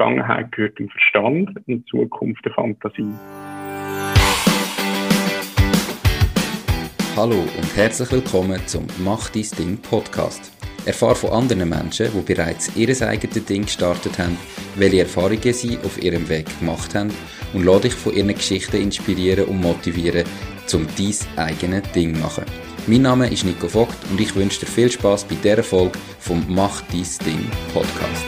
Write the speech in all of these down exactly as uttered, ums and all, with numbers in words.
Vergangenheit gehört ein Verstand und die Zukunft eine Fantasie. Hallo und herzlich willkommen zum Mach dein Ding Podcast. Erfahre von anderen Menschen, die bereits ihr eigenes Ding gestartet haben, welche Erfahrungen sie auf ihrem Weg gemacht haben und lass dich von ihren Geschichten inspirieren und motivieren, um dein eigenes Ding zu machen. Mein Name ist Nico Vogt und ich wünsche dir viel Spass bei dieser Folge vom Mach dein Ding Podcast.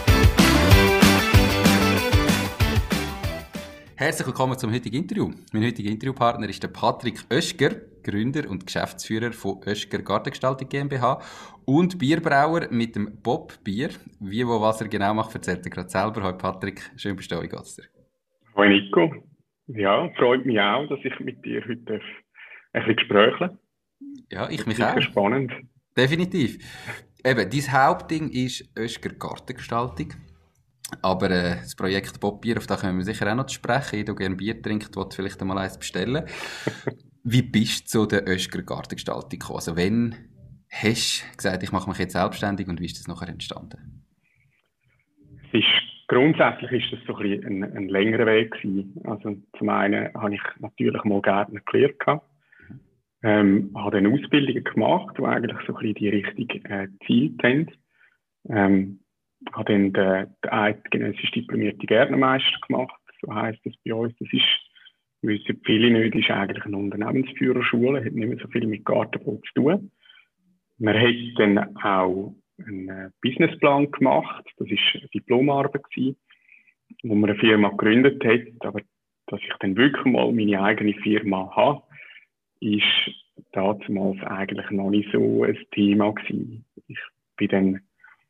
Herzlich willkommen zum heutigen Interview. Mein heutiger Interviewpartner ist der Patrick Oeschger, Gründer und Geschäftsführer von Oeschger Gartengestaltung GmbH und Bierbrauer mit dem Bob Bier. Wie, wo, was er genau macht, erzählt er gerade selber. Hallo Patrick, schön bist du, wie geht's dir? Hallo Nico. Ja, freut mich auch, dass ich mit dir heute ein bisschen spreche. Ja, ich mich sicher auch. Spannend. Definitiv. Eben, dein Hauptding ist Oeschger Gartengestaltung. Aber äh, das Projekt Bob Bier, auf das können wir sicher auch noch sprechen. Jeder, der gerne Bier trinkt, will vielleicht einmal eins bestellen. Wie bist du zu der Oeschger Gartengestaltung gekommen? Also wann hast du gesagt, ich mache mich jetzt selbstständig und wie ist das nachher entstanden? Es ist, grundsätzlich ist das so ein, bisschen ein, ein längerer Weg gewesen. Also zum einen habe ich natürlich mal Gärtner gelernt gehabt. Ähm, habe dann Ausbildungen gemacht, die eigentlich so ein bisschen die Richtung äh, gezielt haben. Ähm, habe dann den, den eidgenössisch diplomierten Gärtnermeister gemacht, so heisst das bei uns. Das ist, wissen viele nicht, ist eigentlich eine Unternehmensführerschule, hat nicht mehr so viel mit Gartenbau zu tun. Man hat dann auch einen Businessplan gemacht, das war eine Diplomarbeit gewesen, wo man eine Firma gegründet hat, aber dass ich dann wirklich mal meine eigene Firma habe, ist damals eigentlich noch nicht so ein Thema gewesen. Ich bin dann,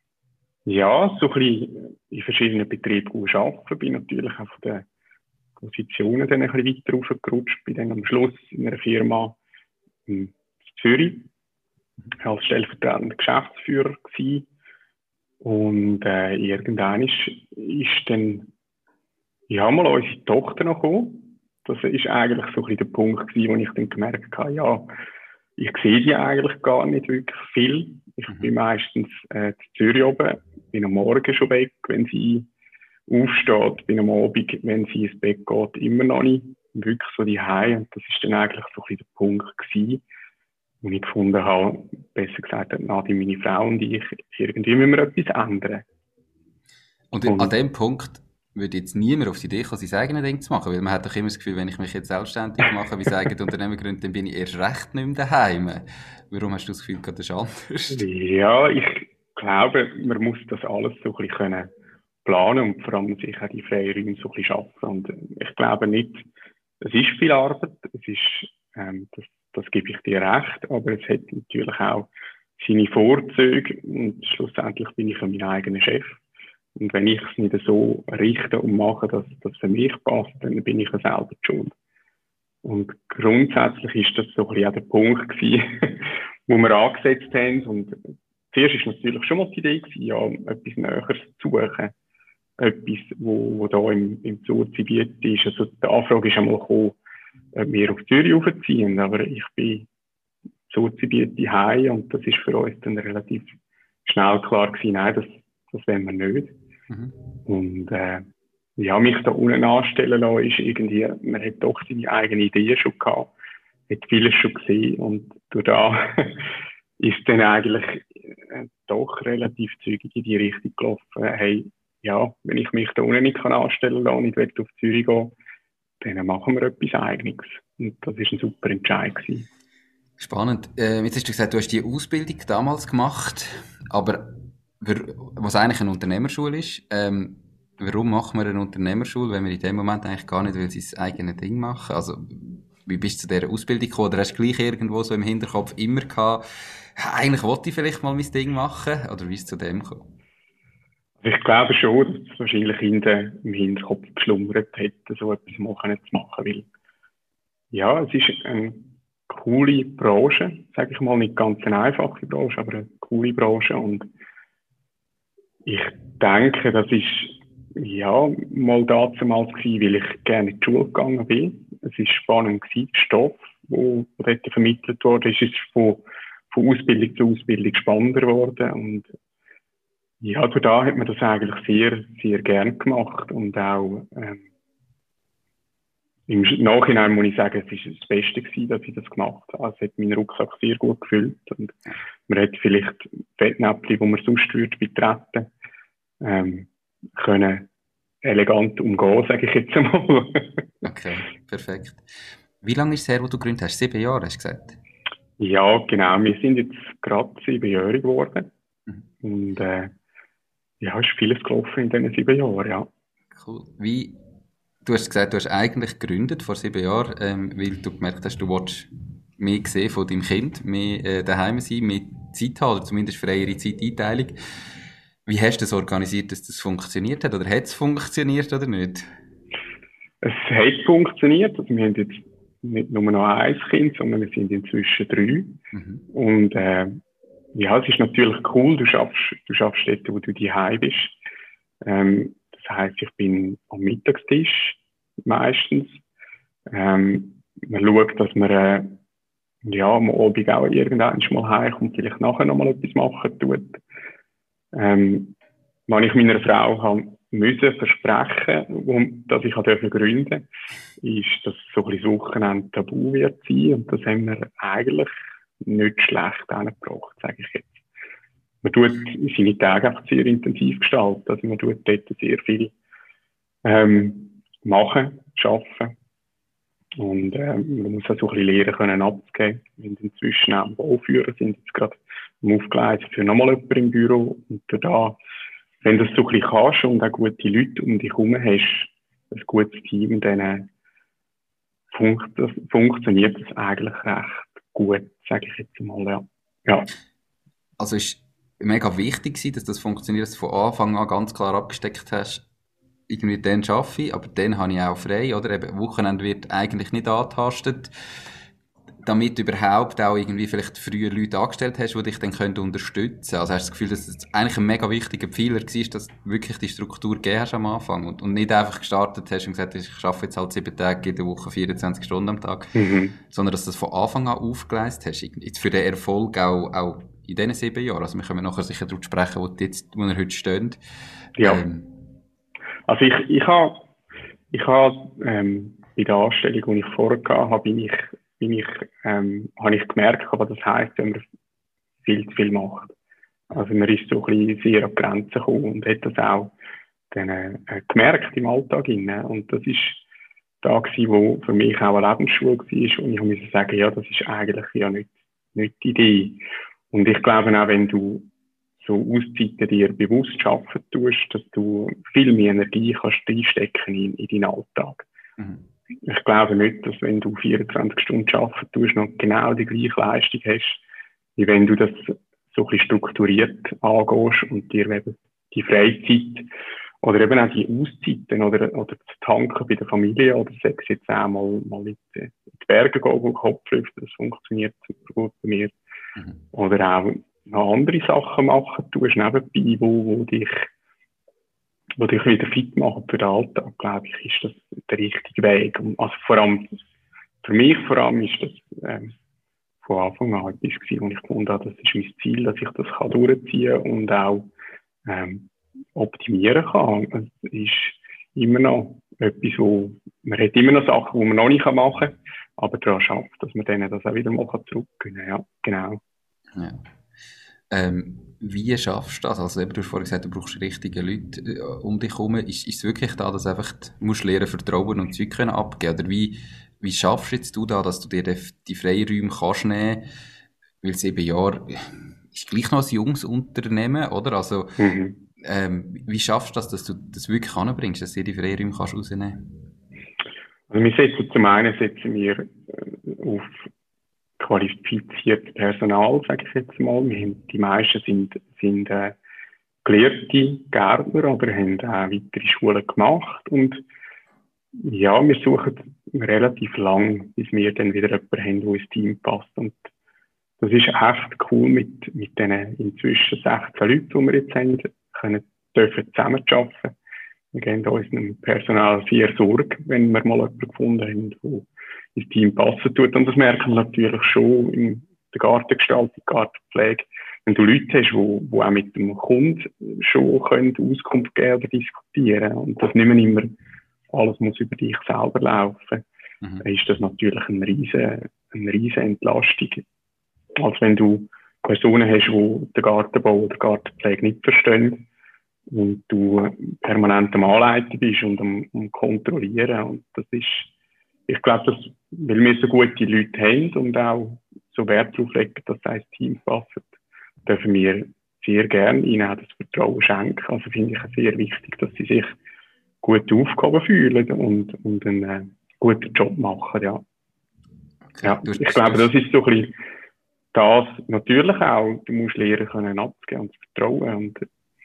ja, so ein bisschen in verschiedenen Betrieben arbeiten, bin natürlich auch von den Positionen dann ein bisschen weiter raufgerutscht, bin dann am Schluss in einer Firma in Zürich als stellvertretender Geschäftsführer gewesen. Und äh, irgendwann ist, ist dann, ja, mal unsere Tochter noch gekommen. Das ist eigentlich so ein bisschen der Punkt gewesen, wo ich dann gemerkt habe, ja, ich sehe die eigentlich gar nicht wirklich viel. Ich mhm. bin meistens äh, in Zürich oben, bin am Morgen schon weg, wenn sie aufsteht, bin am Abend, wenn sie ins Bett geht, immer noch nicht wirklich so die Hause. Und das ist dann eigentlich so ein bisschen der Punkt gewesen, wo ich gefunden habe, besser gesagt, Nadia, meine Frau und ich, irgendwie müssen wir etwas ändern. Und, und an dem Punkt würde jetzt niemand auf die Idee kommen, sein eigenes Ding zu machen, weil man hat doch immer das Gefühl, wenn ich mich jetzt selbstständig mache, wie sagen die Unternehmen gründen, dann bin ich erst recht nicht mehr daheim. Warum hast du das Gefühl, das ist anders? Ja, ich glaube, man muss das alles so ein bisschen planen und vor allem sich auch die Freiräume so ein bisschen schaffen. Und ich glaube nicht, es ist viel Arbeit, es ist, ähm, das, das gebe ich dir recht, aber es hat natürlich auch seine Vorzüge und schlussendlich bin ich ja mein eigener Chef. Und wenn ich es nicht so richte und mache, dass das für mich passt, dann bin ich ja selber schuld. Und grundsätzlich ist das so ein bisschen auch der Punkt gewesen, wo wir angesetzt haben. Und zuerst war natürlich schon mal die Idee gewesen, ja, etwas Näheres zu suchen. Etwas, wo, wo da im, im Zoogebiet ist. Also die Anfrage ist einmal gekommen, ob wir auf Zürich raufziehen. Aber ich bin im Zoogebiet daheim und das ist für uns dann relativ schnell klar gewesen, nein, das, das wollen wir nicht. Mhm. Und äh, ja, mich da unten anstellen lassen, ist irgendwie, man hat doch seine eigene Idee schon gehabt, hat vieles schon gesehen und durch da ist dann eigentlich äh, doch relativ zügig in die Richtung gelaufen, hey, ja, wenn ich mich da unten nicht kann anstellen lassen und nicht will auf Zürich gehen, dann machen wir etwas Eigenes. Und das war ein super Entscheid gewesen. Spannend. Äh, jetzt hast du gesagt, du hast die Ausbildung damals gemacht, aber was eigentlich eine Unternehmerschule ist, ähm, warum macht man eine Unternehmerschule, wenn man in dem Moment eigentlich gar nicht will sein eigenes Ding machen? Also, wie bist du zu dieser Ausbildung gekommen? Oder hast du gleich irgendwo so im Hinterkopf immer gehabt, eigentlich wollte ich vielleicht mal mein Ding machen? Oder wie ist es zu dem gekommen? Also ich glaube schon, dass es wahrscheinlich in der, im Hinterkopf geschlummert hätte, so etwas mal zu machen, weil ja, es ist eine coole Branche, sage ich mal, nicht ganz eine einfache Branche, aber eine coole Branche und ich denke, das ist ja mal damals gewesen, weil ich gerne in die Schule gegangen bin. Es war spannend gewesen, der Stoff, der dort vermittelt wurde, ist von, von Ausbildung zu Ausbildung spannender geworden und Ja, also da hat man das eigentlich sehr, sehr gern gemacht und auch ähm, im Nachhinein muss ich sagen, es war das Beste gewesen, dass ich das gemacht habe. Also, es hat meinen Rucksack sehr gut gefüllt und man hat vielleicht Fettnäpfchen, die man sonst würde betreten, ähm, können elegant umgehen, sage ich jetzt einmal. Okay, perfekt. Wie lange ist es her, wo du gegründet hast? Sieben Jahre, hast du gesagt? Ja, genau. Wir sind jetzt gerade sieben Jahre geworden. Mhm. Und äh, ja, es ist vieles gelaufen in diesen sieben Jahren, ja. Cool. Wie, du hast gesagt, du hast eigentlich gegründet vor sieben Jahren, ähm, weil du gemerkt hast, du wolltest mehr sehen von deinem Kind, mehr äh, daheim sein, mehr Zeit haben, oder zumindest freiere Zeiteinteilung. Wie hast du das organisiert, dass das funktioniert hat? Oder hat es funktioniert oder nicht? Es hat funktioniert. Also wir haben jetzt nicht nur noch ein Kind, sondern wir sind inzwischen drei. Mhm. Und äh, ja, es ist natürlich cool. Du schaffst, du schaffst dort, wo du daheim bist. Ähm, das heisst, ich bin am Mittagstisch meistens. Ähm, man schaut, dass man äh, ja, am Abend auch irgendwann mal heimkommt, vielleicht nachher noch mal etwas machen tut. Ähm, was ich meiner Frau habe müssen versprechen, dass ich gründen durfte, ist, dass so ein bisschen das Wochenende tabu wird sein. Und das haben wir eigentlich nicht schlecht angebracht, sage ich jetzt. Man tut seine Tage einfach sehr intensiv gestalten. Also man tut dort sehr viel ähm, machen, arbeiten. Und ähm, man muss auch so ein bisschen lernen können abzugeben. Wir sind inzwischen auch Bauführer, sind jetzt gerade am Aufgleisen für nochmal jemanden im Büro. Und da, wenn du das so ein bisschen kannst und auch gute Leute um dich herum hast, ein gutes Team, dann funkt das, funktioniert das eigentlich recht gut, sage ich jetzt mal, ja. ja. Also ist mega wichtig gewesen, dass das funktioniert, dass du von Anfang an ganz klar abgesteckt hast, irgendwie dann arbeite ich, aber dann habe ich auch frei, oder? Eben, Wochenende wird eigentlich nicht angetastet, damit du überhaupt auch irgendwie vielleicht früher Leute angestellt hast, die dich dann können unterstützen können. Also hast du das Gefühl, dass es eigentlich ein mega wichtiger Pfeiler war, dass du wirklich die Struktur gegeben hast am Anfang und, und nicht einfach gestartet hast und gesagt hast, ich arbeite jetzt halt sieben Tage in der Woche, vierundzwanzig Stunden am Tag, Mhm. sondern dass du das von Anfang an aufgeleistet hast. Jetzt für den Erfolg auch, auch in diesen sieben Jahren. Also wir können nachher sicher darüber sprechen, wo die jetzt, wo wir heute stehen. Ja. Ähm, Also ich, ich habe ich hab, ähm, bei der Anstellung, die ich vorher hatte, bin ich, bin ich, ähm, habe ich gemerkt, was das heisst, wenn man viel zu viel macht. Also man ist so ein bisschen sehr an die Grenzen gekommen und hat das auch dann, äh, gemerkt im Alltag. Rein. Und das ist da gewesen, wo für mich auch eine Lebensschule war und ich musste sagen, ja, das ist eigentlich ja nicht, nicht die Idee. Und ich glaube auch, wenn du so Auszeiten dir bewusst schaffen tust, dass du viel mehr Energie kannst reinstecken in, in deinen Alltag. mhm. Ich glaube nicht, dass wenn du vierundzwanzig Stunden arbeiten tust, noch genau die gleiche Leistung hast, wie wenn du das so ein bisschen strukturiert angehst und dir eben die Freizeit oder eben auch die Auszeiten oder, oder das Tanken bei der Familie oder sechs jetzt auch mal, mal in, die, in die Berge gehen, wo Kopf lüften, das funktioniert super gut bei mir. Mhm. Oder auch noch andere Sachen machen tust nebenbei, wo, wo dich wo dich wieder fit machen für den Alltag, glaube ich, ist das der richtige Weg. Also vor allem, für mich vor allem ist das ähm, von Anfang an etwas gewesen, wo ich gefunden habe, das ist mein Ziel, dass ich das kann durchziehen und auch ähm, optimieren kann. Es ist immer noch etwas, wo man hat immer noch Sachen, die man noch nicht machen kann, aber daran schafft, dass man denen das auch wieder mal zurückgeben kann. Ja, genau. Ja. Ähm, wie schaffst du das? Also eben, du hast vorhin gesagt, du brauchst richtige Leute äh, um dich herum. Ist, ist es wirklich da, dass einfach du musst lernen, Vertrauen und Zeug können abgeben? Oder wie, wie schaffst jetzt du da, dass du dir die, die Freiräume kannst nehmen? Weil sieben Jahre ist gleich noch ein junges Unternehmen, oder? Also, Mhm. ähm, wie schaffst du das, dass du das wirklich anbringst, dass du dir die Freiräume kannst rausnehmen? Also wir setzen zum einen setzen wir äh, auf qualifiziertes Personal, sage ich jetzt mal. Wir haben, die meisten sind, sind äh, gelehrte Gärtner oder haben auch weitere Schulen gemacht. Und ja, wir suchen relativ lang, bis wir dann wieder jemanden haben, der ins Team passt. Und das ist echt cool mit, mit den inzwischen sechzehn Leuten, die wir jetzt haben, können, dürfen zusammenarbeiten. Wir geben unserem Personal sehr Sorge, wenn wir mal jemanden gefunden haben, der ins Team passen tut. Und das merken wir natürlich schon in der Gartengestaltung, Gartenpflege. wenn du Leute hast, die wo, wo auch mit dem Kunden schon können Auskunft geben oder diskutieren und das nicht mehr immer alles muss über dich selber laufen, mhm. dann ist das natürlich eine riesen, eine riesen Entlastung. Als wenn du Personen hast, die den Gartenbau oder Gartenpflege nicht verstehen und du permanent am Anleiten bist und am, am Kontrollieren. Und das ist, ich glaube, dass, weil wir so gute Leute haben und auch so Wert darauf legen, dass sie ein Team fassen, dürfen wir sehr gerne ihnen auch das Vertrauen schenken. Also finde ich es sehr wichtig, dass sie sich gut aufgehoben fühlen und, und einen äh, guten Job machen, ja. Okay, ja ich glaube, das ist so ein bisschen das natürlich auch. Du musst lernen können abzugeben und zu vertrauen und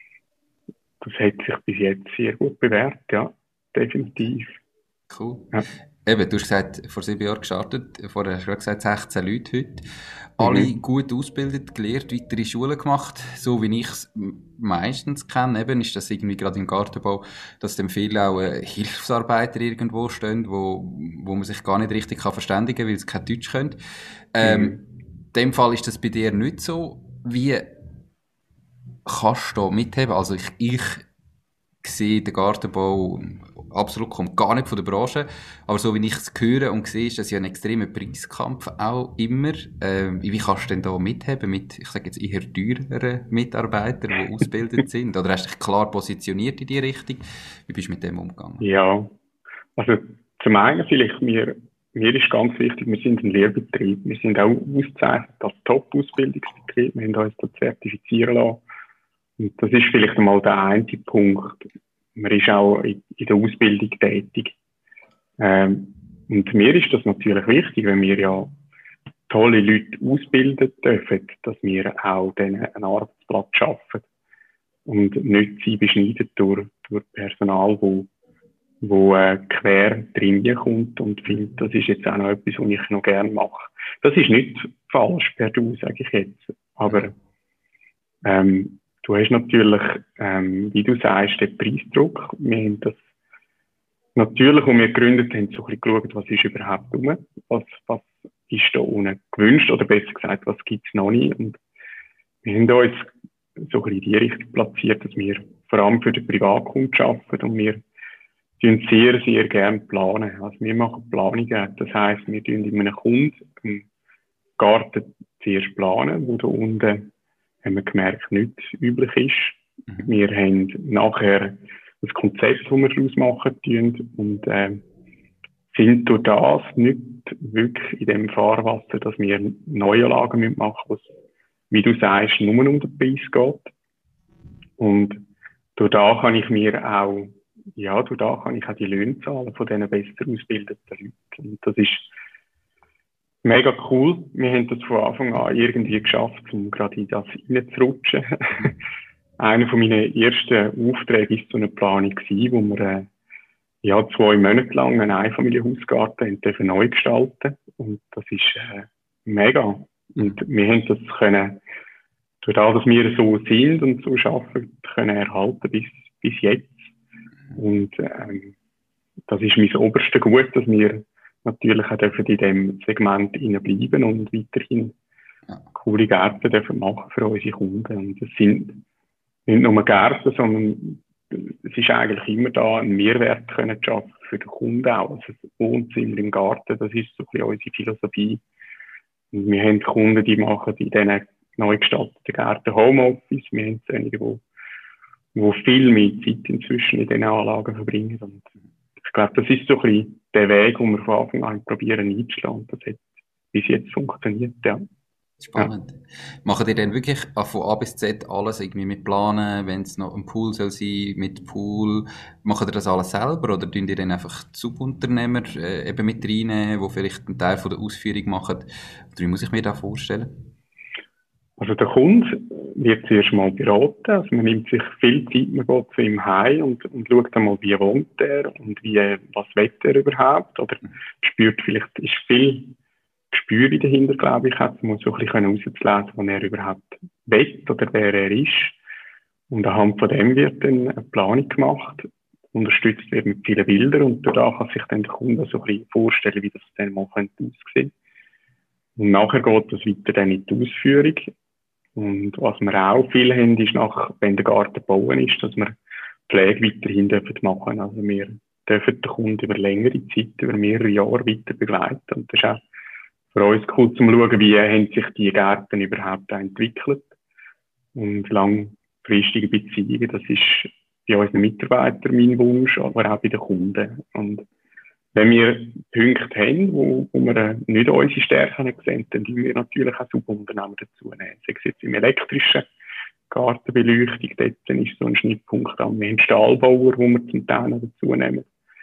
das hat sich bis jetzt sehr gut bewährt, ja, definitiv. Cool. Ja. Eben, du hast gesagt, vor sieben Jahren gestartet, vorher hast du gesagt, sechzehn Leute heute. Alle mhm. gut ausgebildet, gelehrt, weitere Schulen gemacht. So wie ich es meistens kenne, eben, ist das irgendwie gerade im Gartenbau, dass dann viele auch äh, Hilfsarbeiter irgendwo stehen, wo, wo man sich gar nicht richtig kann verständigen kann, weil sie kein Deutsch können. Ähm, mhm. In dem Fall ist das bei dir nicht so. Wie kannst du da mitheben? Also ich, ich sehe den Gartenbau absolut kommt gar nicht von der Branche, aber so wie ich es höre und sehe, ist das ja ein extremer Preiskampf auch immer. Ähm, wie kannst du denn da mitheben mit, ich sage jetzt eher teureren Mitarbeitern, die ausgebildet sind? Oder hast du dich klar positioniert in die Richtung? Wie bist du mit dem umgegangen? Ja, also zum einen vielleicht, mir, mir ist ganz wichtig, wir sind ein Lehrbetrieb. Wir sind auch ausgezeichnet als Top-Ausbildungsbetrieb. Wir haben uns da zertifizieren lassen. Und das ist vielleicht einmal der eine Punkt. Man ist auch in der Ausbildung tätig. Ähm, und mir ist das natürlich wichtig, wenn wir ja tolle Leute ausbilden dürfen, dass wir auch denen einen Arbeitsplatz schaffen. Und nicht sie beschneiden durch, durch Personal, wo, wo äh, quer drin kommt und findet, das ist jetzt auch noch etwas, was ich noch gerne mache. Das ist nicht falsch per Du, sage ich jetzt. Aber ähm, du hast natürlich, ähm, wie du sagst, den Preisdruck. Wir haben das natürlich, als wir gegründet haben, so ein bisschen geschaut, was ist überhaupt rum, was, was ist da unten gewünscht, oder besser gesagt, was gibt es noch nicht. Und wir haben uns so ein bisschen in die Richtung platziert, dass wir vor allem für den Privatkunden arbeiten und wir tun sehr, sehr gerne planen. Also wir machen Planungen, das heisst, wir tun in einem Kunden einen Garten zuerst planen, wo da unten haben wir gemerkt, nichts üblich ist. Mhm. Wir haben nachher das Konzept, das wir daraus machen tun, und äh, sind durch das nicht wirklich in dem Fahrwasser, dass wir neue Lagen machen müssen, was, wie du sagst, nur um den Preis geht. Und durch da kann ich mir auch, ja, durch da kann ich auch die Löhne zahlen von diesen besser ausgebildeten Leuten. Und das ist mega cool. Wir haben das von Anfang an irgendwie geschafft, um gerade in das reinzurutschen. Einer von meinen ersten Aufträge war so eine Planung, wo wir äh, ja, zwei Monate lang einen Einfamilienhausgarten neu gestalten. Und das ist äh, mega. Und wir haben das können, durch das, dass wir so sind und so arbeiten, können erhalten bis, bis jetzt. Und ähm, das ist mein oberstes Gut, dass wir natürlich auch dürfen in diesem Segment bleiben und weiterhin coole Gärten dürfen machen für unsere Kunden. Und es sind nicht nur Gärten, sondern es ist eigentlich immer da, einen Mehrwert können zu schaffen für den Kunden auch. Also das Wohnzimmer im Garten, das ist so ein bisschen unsere Philosophie. Und wir haben Kunden, die machen in diesen neu gestalteten Gärten Homeoffice. Wir haben einige, die, die viel mehr Zeit inzwischen in diesen Anlagen verbringen. Und ich glaube, das ist so ein bisschen der Weg, den wir von Anfang an probieren einzuschlagen. Das hat bis jetzt funktioniert, ja. Spannend. Ja. Machen ihr denn wirklich von A bis Z alles irgendwie mit Planen, wenn es noch ein Pool soll sein, mit Pool? Macht ihr das alles selber oder tun ihr dann einfach Subunternehmer äh, eben mit reinnehmen, die vielleicht einen Teil von der Ausführung machen? Oder wie muss ich mir das vorstellen? Also der Kunde wird zuerst mal beraten. Also man nimmt sich viel Zeit, man geht zu ihm heim und, und schaut einmal, wie wohnt er und wie, was will er überhaupt. Oder spürt vielleicht, ist viel Gespür dahinter, glaube ich, hat man so ein bisschen herauszulesen, was er überhaupt will oder wer er ist. Und anhand von dem wird dann eine Planung gemacht, unterstützt wird mit vielen Bildern und dadurch kann sich dann der Kunde so ein bisschen vorstellen, wie das dann mal aussehen könnte. Und nachher geht das weiter dann in die Ausführung. Und was wir auch viel haben, ist nach, wenn der Garten bauen ist, dass wir Pflege weiterhin dürfen machen. Also wir dürfen den Kunden über längere Zeit, über mehrere Jahre weiter begleiten. Und das ist auch für uns cool zum schauen, wie haben sich die Gärten überhaupt entwickelt. Und langfristige Beziehungen, das ist bei unseren Mitarbeitern mein Wunsch, aber auch bei den Kunden. Und wenn wir Punkte haben, wo, wo wir nicht unsere Stärken sehen, dann tun wir natürlich auch Subunternehmer dazu nehmen. Sei es jetzt im elektrischen Gartenbeleuchtung, dort ist so ein Schnittpunkt an. Wir haben Stahlbauer, wo wir zum Teil noch dazu nehmen.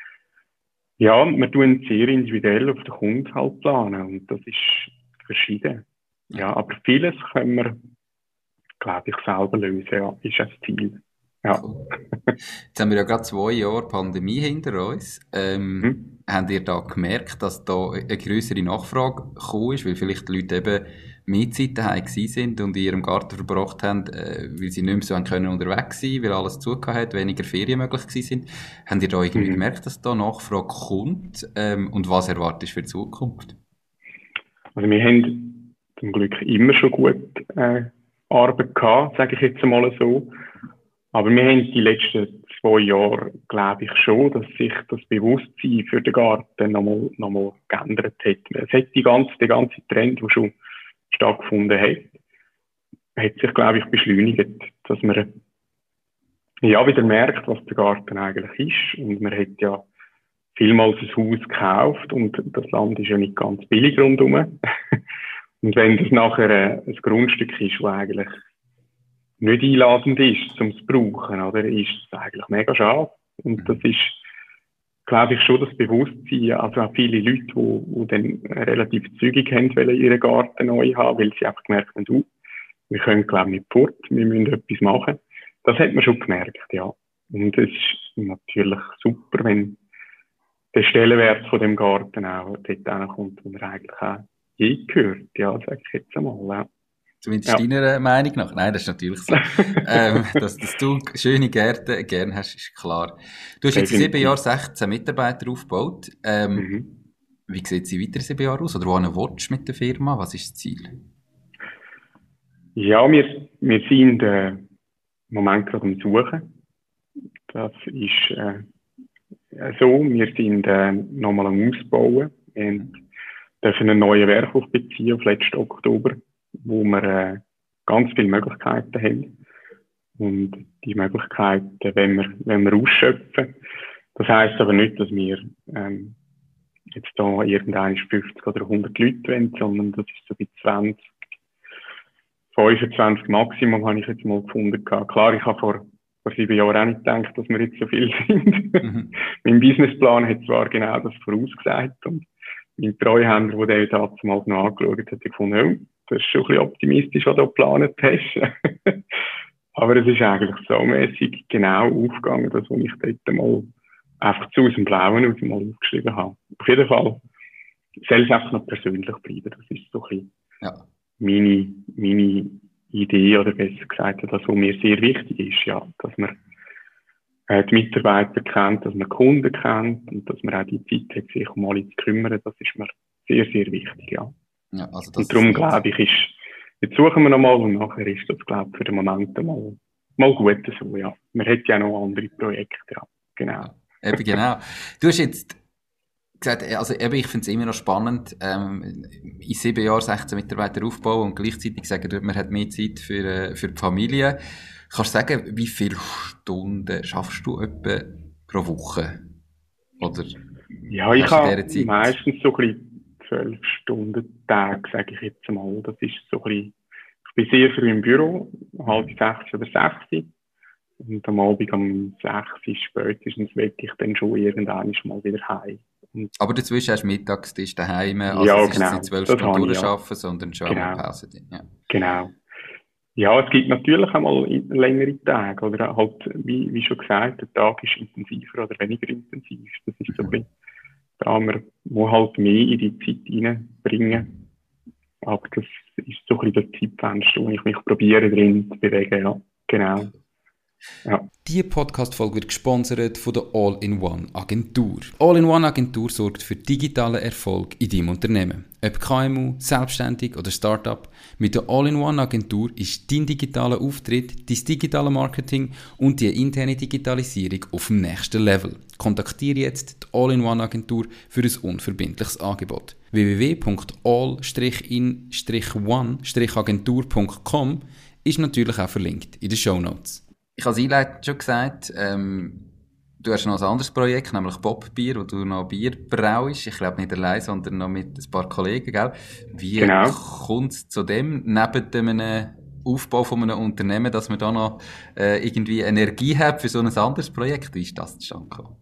Ja, wir tun sehr individuell auf den Kunden halt planen und das ist verschieden. Ja, aber vieles können wir, glaube ich, selber lösen, ja, ist das Ziel. Ja. Cool. Jetzt haben wir ja gerade zwei Jahre Pandemie hinter uns. Ähm, mhm. Habt ihr da gemerkt, dass da eine grössere Nachfrage gekommen ist, weil vielleicht die Leute eben mehr Zeit daheim gewesen sind und in ihrem Garten verbracht haben, äh, weil sie nicht mehr so können unterwegs sein, weil alles zugehört hat, weniger Ferien möglich gewesen sind. Habt ihr da irgendwie mhm. gemerkt, dass da Nachfrage kommt? Ähm, und was erwartest du für die Zukunft? Also wir haben zum Glück immer schon gut äh, Arbeit gehabt, sage ich jetzt einmal so. Aber wir haben die letzten zwei Jahre, glaube ich schon, dass sich das Bewusstsein für den Garten nochmal, nochmal geändert hat. Es hat die ganze, der ganze Trend, der schon stattgefunden hat, hat sich, glaube ich, beschleunigt, dass man ja wieder merkt, was der Garten eigentlich ist. Und man hat ja vielmals ein Haus gekauft und das Land ist ja nicht ganz billig rundherum. Und wenn das nachher ein Grundstück ist, das eigentlich nicht einladend ist, um es zu brauchen, oder, ist es eigentlich mega schade. Und das ist, glaube ich, schon das Bewusstsein, also auch viele Leute, die, die dann relativ zügig haben, wollen ihren Garten neu haben, weil sie einfach gemerkt haben, du, wir können, glaube ich, nicht fort, wir müssen etwas machen. Das hat man schon gemerkt, ja. Und es ist natürlich super, wenn der Stellenwert von dem Garten auch dort hinkommt, wo er eigentlich auch je gehört, ja, sage ich jetzt einmal, ja. Zumindest ja. deiner Meinung nach. Nein, das ist natürlich so. ähm, dass, dass du schöne Gärten gern hast, ist klar. Du hast jetzt in sieben Jahren sechzehn Mitarbeiter aufgebaut. Ähm, mhm. Wie sieht es in weiteren sieben Jahren aus? Oder wohin willst du mit der Firma? Was ist das Ziel? Ja, wir, wir sind äh, im Moment gerade am Suchen. Das ist äh, so. Wir sind äh, nochmal am Ausbauen. Wir mhm. dürfen einen neuen Werkhof beziehen auf letzten Oktober, wo wir äh, ganz viele Möglichkeiten haben. Und die Möglichkeiten, wenn wir, wenn wir ausschöpfen. Das heisst aber nicht, dass wir ähm, jetzt da irgendeine fünfzig oder hundert Leute wollen, sondern das ist so bei zwanzig, fünfundzwanzig Maximum, habe ich jetzt mal gefunden. Klar, ich habe vor, vor sieben Jahren auch nicht gedacht, dass wir jetzt so viel sind. Mhm. Mein Businessplan hat zwar genau das vorausgesagt und mein Treuhänder, der den damals noch angeschaut hat, hat gefunden, oh, das ist schon ein bisschen optimistisch, was du geplant hast. Aber es ist eigentlich so mäßig genau aufgegangen, dass ich dort mal einfach zu aus dem Blauen aus mal aufgeschrieben habe. Auf jeden Fall soll es einfach noch persönlich bleiben. Das ist so ein bisschen ja. meine, meine Idee, oder besser gesagt, das, was mir sehr wichtig ist, ja, dass man äh, die Mitarbeiter kennt, dass man Kunden kennt und dass man auch die Zeit hat, sich um alle zu kümmern. Das ist mir sehr, sehr wichtig, ja. Ja, also das und darum glaube ich, ist, jetzt suchen wir nochmal und nachher ist das, glaube ich, für den Moment mal, mal gut so, ja. Man hat ja noch andere Projekte, ja, genau. Ja, eben genau. Du hast jetzt gesagt, also eben, ich finde es immer noch spannend, ähm, in sieben Jahren sechzehn Mitarbeiter aufbauen und gleichzeitig sagen, man hat mehr Zeit für, äh, für die Familie. Kannst du sagen, wie viele Stunden schaffst du etwa pro Woche? Oder ja, ich habe meistens so ein bisschen zwölf Stunden Tag, sage ich jetzt mal. Das ist so ein bisschen, ich bin sehr früh im Büro, halb sechs oder sechs. Und am Abend um sechs spätestens will ich dann schon irgendwann mal wieder heim. Und aber dazwischen hast du Mittagstisch daheim, also ja, es ist genau, nicht zwölf Stunden durcharbeiten, ja. sondern schon genau. eine Pause drin. Ja. Genau. Ja, es gibt natürlich einmal längere Tage, oder halt, wie, wie schon gesagt, der Tag ist intensiver oder weniger intensiv. Das ist so ein bisschen, da man muss halt mehr in die Zeit reinbringen. Aber das ist so ein bisschen das Zeitfenster, wo ich mich probiere drin zu bewegen, ja, genau. Ja. Diese Podcast-Folge wird gesponsert von der All-in-One-Agentur. All-in-One-Agentur sorgt für digitalen Erfolg in deinem Unternehmen. Ob K M U, selbstständig oder Startup, mit der All-in-One-Agentur ist dein digitaler Auftritt, dein digitale Marketing und die interne Digitalisierung auf dem nächsten Level. Kontaktiere jetzt die All-in-One-Agentur für ein unverbindliches Angebot. w w w punkt all in one agentur punkt com ist natürlich auch verlinkt in den Shownotes. Ich habe es einleitend schon gesagt, ähm, du hast noch ein anderes Projekt, nämlich Popbier, wo du noch Bier brauchst. Ich glaube nicht allein, sondern noch mit ein paar Kollegen, gell? Wie Genau. kommt es zu dem, neben dem Aufbau von einem Unternehmen, dass man da noch äh, irgendwie Energie hat für so ein anderes Projekt? Wie ist das zustande gekommen?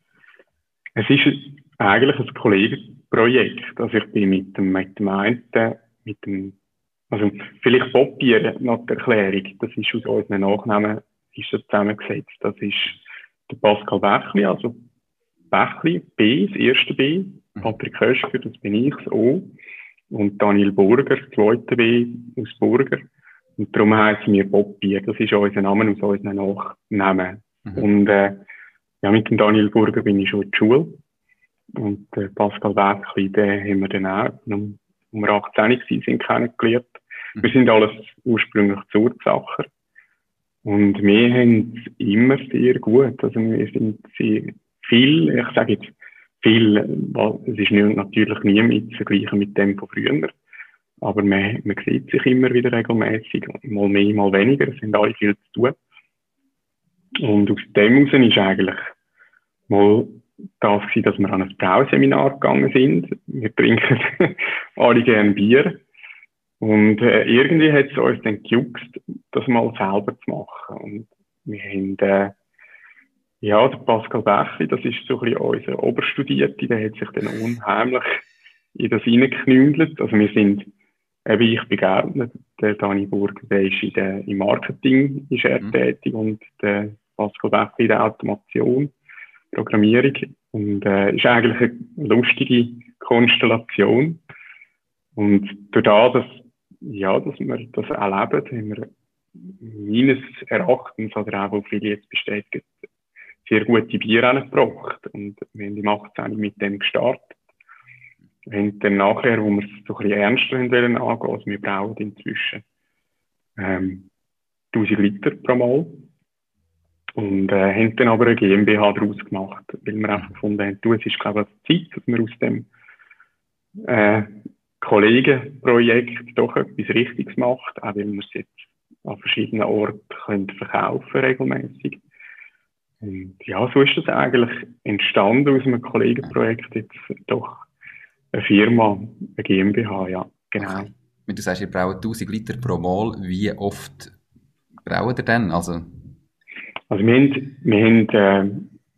Es ist eigentlich ein Kollegenprojekt. Also ich bin mit dem, mit dem einen, mit dem, also vielleicht Popbier nach der Erklärung, das ist aus unseren Nachnamen, ist das zusammengesetzt. Das ist der Pascal Bächli, also Bächli, B, das erste B, Patrick Köschger, das bin ich, das O, und Daniel Burger, das zweite B, aus Burger. Und darum heissen wir Popbier. Das ist unser Name aus unseren Nachnamen. Mhm. Und äh, ja, mit dem Daniel Burger bin ich schon in der Schule. Und äh, Pascal Bächli, den haben wir dann auch, als wir achtzehn sind, kennengelernt. Mhm. Wir sind alles ursprünglich Zurzsacher. Und wir haben es immer sehr gut. Also wir sind sehr viel, ich sage jetzt viel, es ist natürlich nie mit zu vergleichen mit dem von früher. Aber man, man sieht sich immer wieder regelmäßig, mal mehr, mal weniger. Es sind alle viel zu tun. Und aus dem heraus ist eigentlich mal das gewesen, dass wir an ein Brauseminar gegangen sind. Wir trinken alle gerne Bier. Und äh, irgendwie hat es uns dann gejuckt, das mal selber zu machen. Und wir haben, äh, ja, der Pascal Bächli, das ist so ein bisschen unser Oberstudierter, der hat sich dann unheimlich in das reingeknündelt. Also wir sind, eben ich bin Gärtner, der Dani Burger, der ist in der, im Marketing ist er mhm. tätig und der Pascal Bächli in der Automation, Programmierung. Und äh, ist eigentlich eine lustige Konstellation. Und durch das, dass ja, dass wir das erleben, haben wir meines Erachtens, oder auch, wo viele jetzt bestätigt, sehr gute Bier angebracht. Und wir haben im achtzehn mit dem gestartet. Wir haben dann nachher, wo wir es so ein bisschen ernster angehen wollten, also wir brauen inzwischen ähm, tausend Liter pro Mal. Und äh, haben dann aber eine GmbH daraus gemacht, weil wir einfach gefunden haben, du, es ist, glaube ich, Zeit, dass wir aus dem äh, Kollegenprojekt doch etwas Richtiges macht, auch weil wir es jetzt an verschiedenen Orten können verkaufen regelmäßig. Und ja, so ist das eigentlich entstanden aus einem Kollegenprojekt, jetzt doch eine Firma, eine GmbH, ja, genau. Okay. Wenn du sagst, ihr braucht tausend Liter pro Mal, wie oft braucht ihr denn? Also, also wir haben, wir haben äh,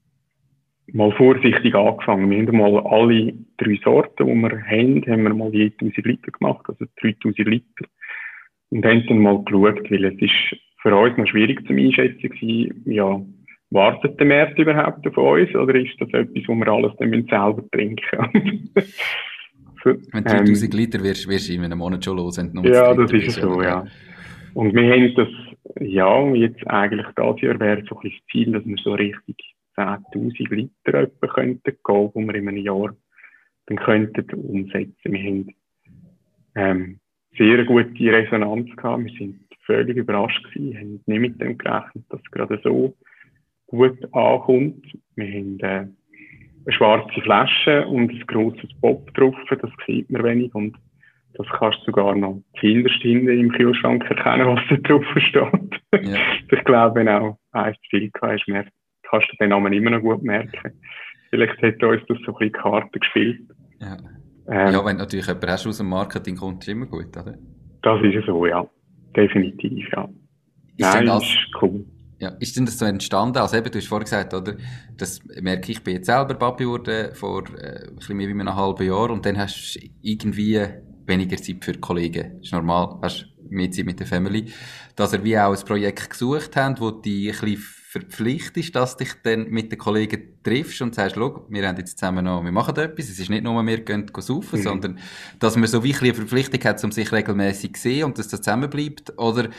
mal vorsichtig angefangen. Wir haben mal alle drei Sorten, die wir haben, haben wir mal je tausend Liter gemacht, also dreitausend Liter. Und haben dann mal geschaut, weil es ist für uns noch schwierig zu einschätzen gewesen, ja, wartet der Markt überhaupt auf uns, oder ist das etwas, wo wir alles dann selber trinken? so, wenn du dreitausend ähm, Liter wirst, wirst du in einem Monat schon los, wenn du nur ja, das ist so, ja. Und wir haben das, ja, jetzt eigentlich das Jahr wäre so ein bisschen das Ziel, dass wir so richtig zehntausend Liter etwa könnten gehen, wo wir in einem Jahr dann könnten umsetzen. Wir haben ähm, sehr gute Resonanz gehabt. Wir sind völlig überrascht gewesen, haben nicht mit dem gerechnet, dass es gerade so gut ankommt. Wir haben äh, eine schwarze Flasche und ein grosses Pop drauf, das sieht man wenig und das kannst du sogar noch zuhinterst hinten im Kühlschrank erkennen, was da drauf steht. Ja. Ich glaube, wenn auch eins zu viel hast, kannst du den Namen immer noch gut merken. Vielleicht hat uns das so ein bisschen Karten gespielt. Ja, ähm, ja wenn du natürlich jemanden hast aus dem Marketing, kommt ist immer gut, oder? Das ist so, ja. Definitiv, ja. Ist Nein, das, ist cool. Ja, ist denn das so entstanden? Also eben, du hast vorhin gesagt, oder? Das merke ich, ich bin jetzt selber Papi geworden vor äh, ein bisschen mehr wie einem halben Jahr und dann hast du irgendwie weniger Zeit für die Kollegen. Das ist normal, hast mehr Zeit mit der Family. Dass ihr wie auch ein Projekt gesucht habt, wo dich ein bisschen verpflichtest, dass du dich dann mit den Kollegen triffst und sagst, schau, wir haben jetzt zusammen noch, wir machen etwas. Es ist nicht nur, wir gehen saufen, mhm. sondern dass man so wie ein bisschen eine Verpflichtung hat, um sich regelmäßig zu sehen und dass das zusammenbleibt. Oder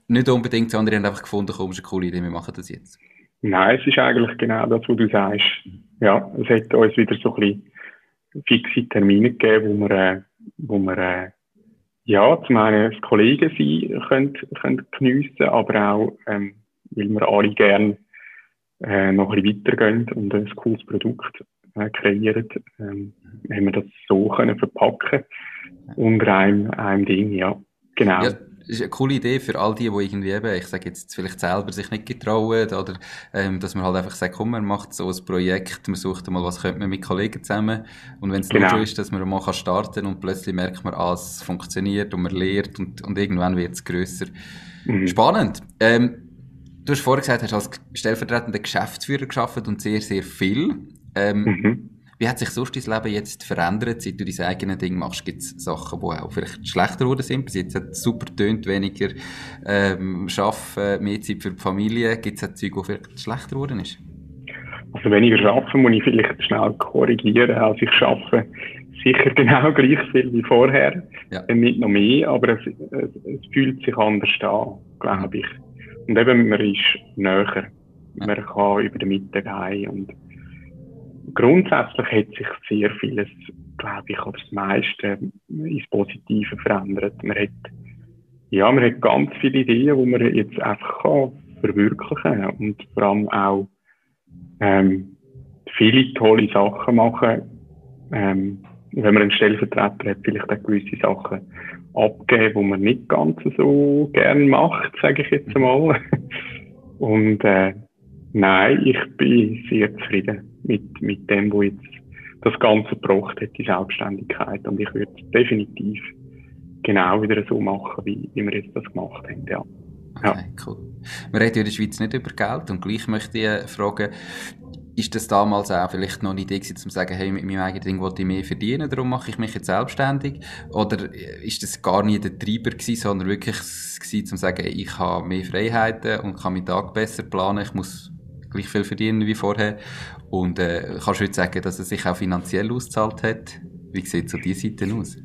nicht unbedingt, sondern ihr habt einfach gefunden, komm, ist eine coole Idee, wir machen das jetzt. Nein, es ist eigentlich genau das, was du sagst. Ja, es hat uns wieder so ein bisschen fixe Termine gegeben, wo wir, äh, wo wir äh, ja, zum einen das Kollegen sein können, können geniessen, aber auch, ähm, weil wir alle gerne äh, noch ein bisschen weitergehen und ein cooles Produkt äh, kreieren, ähm, haben wir das so können verpacken unter einem, einem Ding, ja, genau. Ja, das ist eine coole Idee für all die, die irgendwie eben, ich sage jetzt vielleicht selber sich nicht getrauen, oder ähm, dass man halt einfach sagt, komm, man macht so ein Projekt, man sucht mal, was könnte man mit Kollegen zusammen, und wenn es genau. nur so ist, dass man mal starten kann und plötzlich merkt man, ah, es funktioniert und man lernt und, und irgendwann wird es grösser. Mhm. Spannend. Ähm, du hast vorher gesagt, du hast als stellvertretender Geschäftsführer gearbeitet und sehr, sehr viel. Ähm, mhm. Wie hat sich sonst dein Leben jetzt verändert, seit du dein eigenes Ding machst? Gibt es Sachen, die auch vielleicht schlechter geworden sind? Bis jetzt hat es super getönt, weniger ähm, Arbeiten, mehr Zeit für die Familie. Gibt es auch Zeug, die vielleicht schlechter geworden ist? Also weniger arbeiten, muss ich vielleicht schnell korrigieren. Also ich arbeite sicher genau gleich viel wie vorher. Ja. Nicht noch mehr, aber es, es, es fühlt sich anders an, glaube ich. Und eben, man ist näher. Ja. Man kann über den Mittag heim und grundsätzlich hat sich sehr vieles, glaube ich, oder das meiste ins Positive verändert. Man hat, ja, man hat ganz viele Ideen, die man jetzt einfach kann verwirklichen kann und vor allem auch ähm, viele tolle Sachen machen. Ähm, wenn man einen Stellvertreter hat, vielleicht auch gewisse Sachen abgeben, die man nicht ganz so gern macht, sage ich jetzt einmal. Und äh, nein, ich bin sehr zufrieden mit, mit dem, was jetzt das Ganze gebracht hat, die Selbstständigkeit. Und ich würde es definitiv genau wieder so machen, wie, wie wir jetzt das gemacht haben. Ja. Okay, ja. Cool. Wir reden in der Schweiz nicht über Geld und gleich möchte ich fragen, ist das damals auch vielleicht noch eine Idee gewesen, um zu sagen, hey, mit meinem eigenen Ding will ich mehr verdienen, darum mache ich mich jetzt selbstständig? Oder ist das gar nie der Treiber gewesen, sondern wirklich gewesen, um zu sagen, hey, ich habe mehr Freiheiten und kann meinen Tag besser planen, ich muss gleich viel verdienen wie vorher. Und äh, kannst du heute sagen, dass es sich auch finanziell ausgezahlt hat? Wie sieht so diese Seite aus?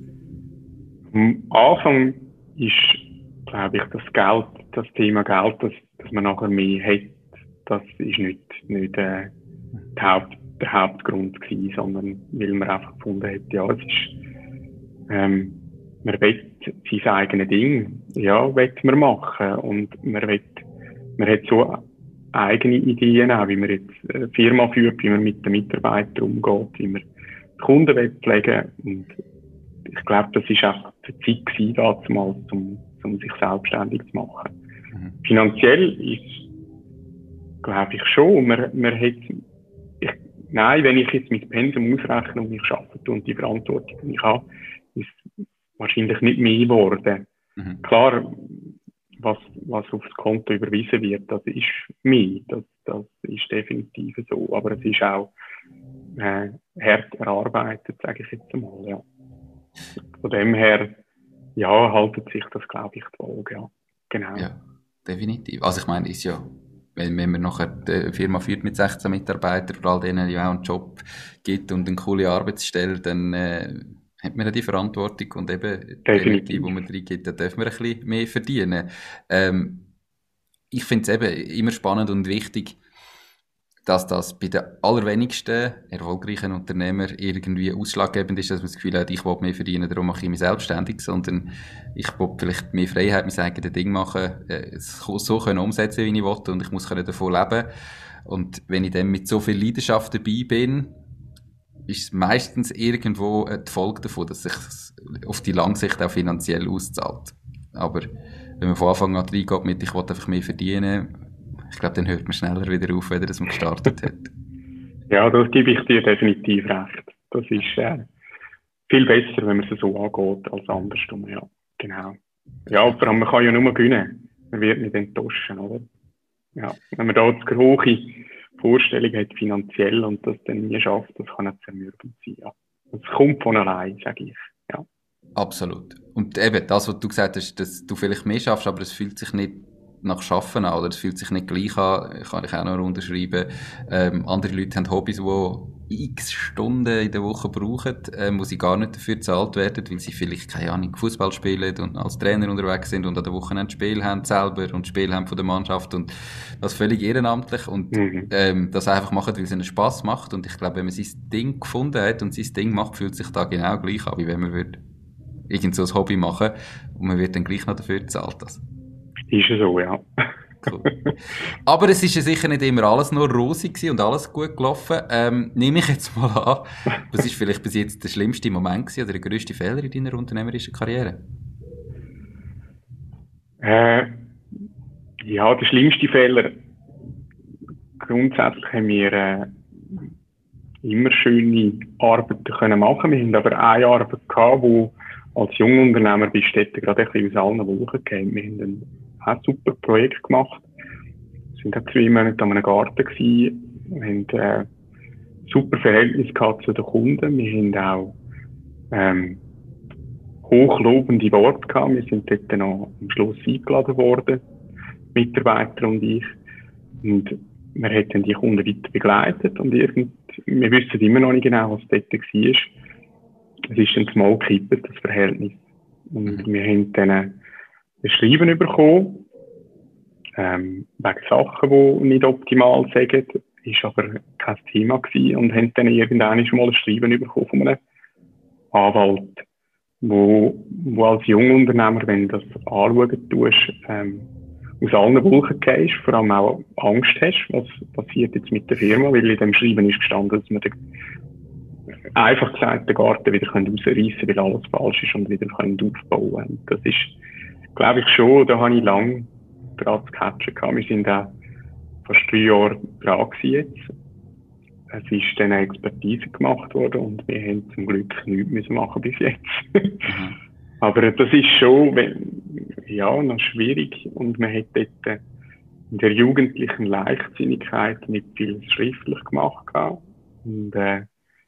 Am Anfang ist, glaube ich, das Geld, das Thema Geld, dass, dass man nachher mehr hat, das ist nicht, nicht äh, der, Haupt, der Hauptgrund gewesen, sondern weil man einfach gefunden hat, ja, es ist, ähm, man will sein eigenes Ding, ja, will man machen. Und man will, man hat so eigene Ideen auch, wie man jetzt eine Firma führt, wie man mit den Mitarbeitern umgeht, wie man die Kunden will pflegen. Und ich glaube, das ist auch die Zeit gewesen, damals, um, um sich selbstständig zu machen. Mhm. Finanziell ist, glaube ich schon, man, man hat, ich, nein, wenn ich jetzt mein Pensum ausrechne und ich arbeite und die Verantwortung, die ich habe, ist wahrscheinlich nicht mehr geworden. Mhm. Klar, was, was aufs Konto überwiesen wird, das ist mehr, das, das ist definitiv so, aber es ist auch äh, hart erarbeitet, sage ich jetzt einmal, ja. Von dem her, ja, haltet sich das, glaube ich, die Waage, ja. Genau. Ja, definitiv. Also ich meine, ist ja, wenn, wenn man nachher die Firma führt mit sechzehn Mitarbeitern und all denen ja auch einen Job gibt und eine coole Arbeitsstelle, dann äh, hat man ja die Verantwortung und eben die Energie, die man reingibt, da darf man ein bisschen mehr verdienen. Ähm, ich finde es eben immer spannend und wichtig, dass das bei den allerwenigsten erfolgreichen Unternehmern irgendwie ausschlaggebend ist, dass man das Gefühl hat, ich will mehr verdienen, darum mache ich mich selbstständig, sondern ich will vielleicht mehr Freiheit, mein eigenes Ding machen, es so können umsetzen, wie ich will, und ich muss davon leben. Und wenn ich dann mit so viel Leidenschaft dabei bin, ist es meistens irgendwo die Folge davon, dass sich auf die Langsicht auch finanziell auszahlt. Aber wenn man von Anfang an reingeht mit, ich will einfach mehr verdienen, ich glaube, dann hört man schneller wieder auf, wenn man gestartet hat. Ja, das gebe ich dir definitiv recht. Das ist äh, viel besser, wenn man es so angeht, als andersrum, ja. Genau. Ja, vor allem, man kann ja nur gewinnen. Man wird nicht enttäuschen, oder? Ja, wenn man da eine hohe Vorstellung hat, finanziell, und das dann nie schafft, das kann nicht zermürbend sein, ja. Das kommt von allein, sage ich, ja. Absolut. Und eben, das, was du gesagt hast, dass du vielleicht mehr schaffst, aber es fühlt sich nicht nach Schaffen an, oder es fühlt sich nicht gleich an, kann ich auch noch unterschreiben. Ähm, andere Leute haben Hobbys, die x Stunden in der Woche brauchen, ähm, wo sie gar nicht dafür bezahlt werden, weil sie vielleicht, keine Ahnung, Fußball spielen und als Trainer unterwegs sind und an der Wochenende Spiel haben selber und Spiel haben von der Mannschaft und das völlig ehrenamtlich und Mhm. ähm, das einfach machen, weil es ihnen Spass macht. Und ich glaube, wenn man sein Ding gefunden hat und sein Ding macht, fühlt sich da genau gleich an, wie wenn man würde irgend so ein Hobby machen und man wird dann gleich noch dafür bezahlt. Das. Ist ja so, ja. Cool. Aber es ist ja sicher nicht immer alles nur rosig gewesen und alles gut gelaufen. Ähm, nehme ich jetzt mal an, was ist vielleicht bis jetzt der schlimmste Moment gewesen oder der grösste Fehler in deiner unternehmerischen Karriere? Äh, ja, der schlimmste Fehler. Grundsätzlich haben wir äh, immer schöne Arbeiten können machen. Wir haben aber eine Arbeit gehabt, wo als Jungunternehmer bei Städten gerade ein bisschen aus allen Wolken kam. Wir haben ein, ein super Projekt gemacht. Wir waren zwei Monate an einem Garten gewesen. Wir haben äh, super Verhältnis gehabt zu den Kunden. Wir haben auch ähm, hochlobende Worte gehabt. Wir sind dort noch am Schluss eingeladen worden, Mitarbeiter und ich. Und wir haben die Kunden weiter begleitet und irgend, wir wissen immer noch nicht genau, was dort war. Es ist dann mal gekippt, das Verhältnis. Und wir haben dann ein Schreiben bekommen, ähm, wegen Sachen, die nicht optimal sind, ist aber kein Thema gewesen und haben dann irgendwann schon mal ein Schreiben bekommen von einem Anwalt, wo, wo als Jungunternehmer, wenn du das anschauen tust, ähm, aus allen Wolken gehst, vor allem auch Angst hast, was passiert jetzt mit der Firma, weil in dem Schreiben ist gestanden, dass man den, einfach gesagt den Garten wieder rausreißen können, weil alles falsch ist und wieder können aufbauen können. Das ist, glaube ich schon, da habe ich lange dran zu catchen gehabt. Wir sind auch fast drei Jahre dran gewesen jetzt. Es ist dann eine Expertise gemacht worden und wir haben zum Glück nichts müssen machen bis jetzt. Mhm. Aber das ist schon, ja, noch schwierig und man hat dort in der jugendlichen Leichtsinnigkeit nicht viel schriftlich gemacht gehabt und äh,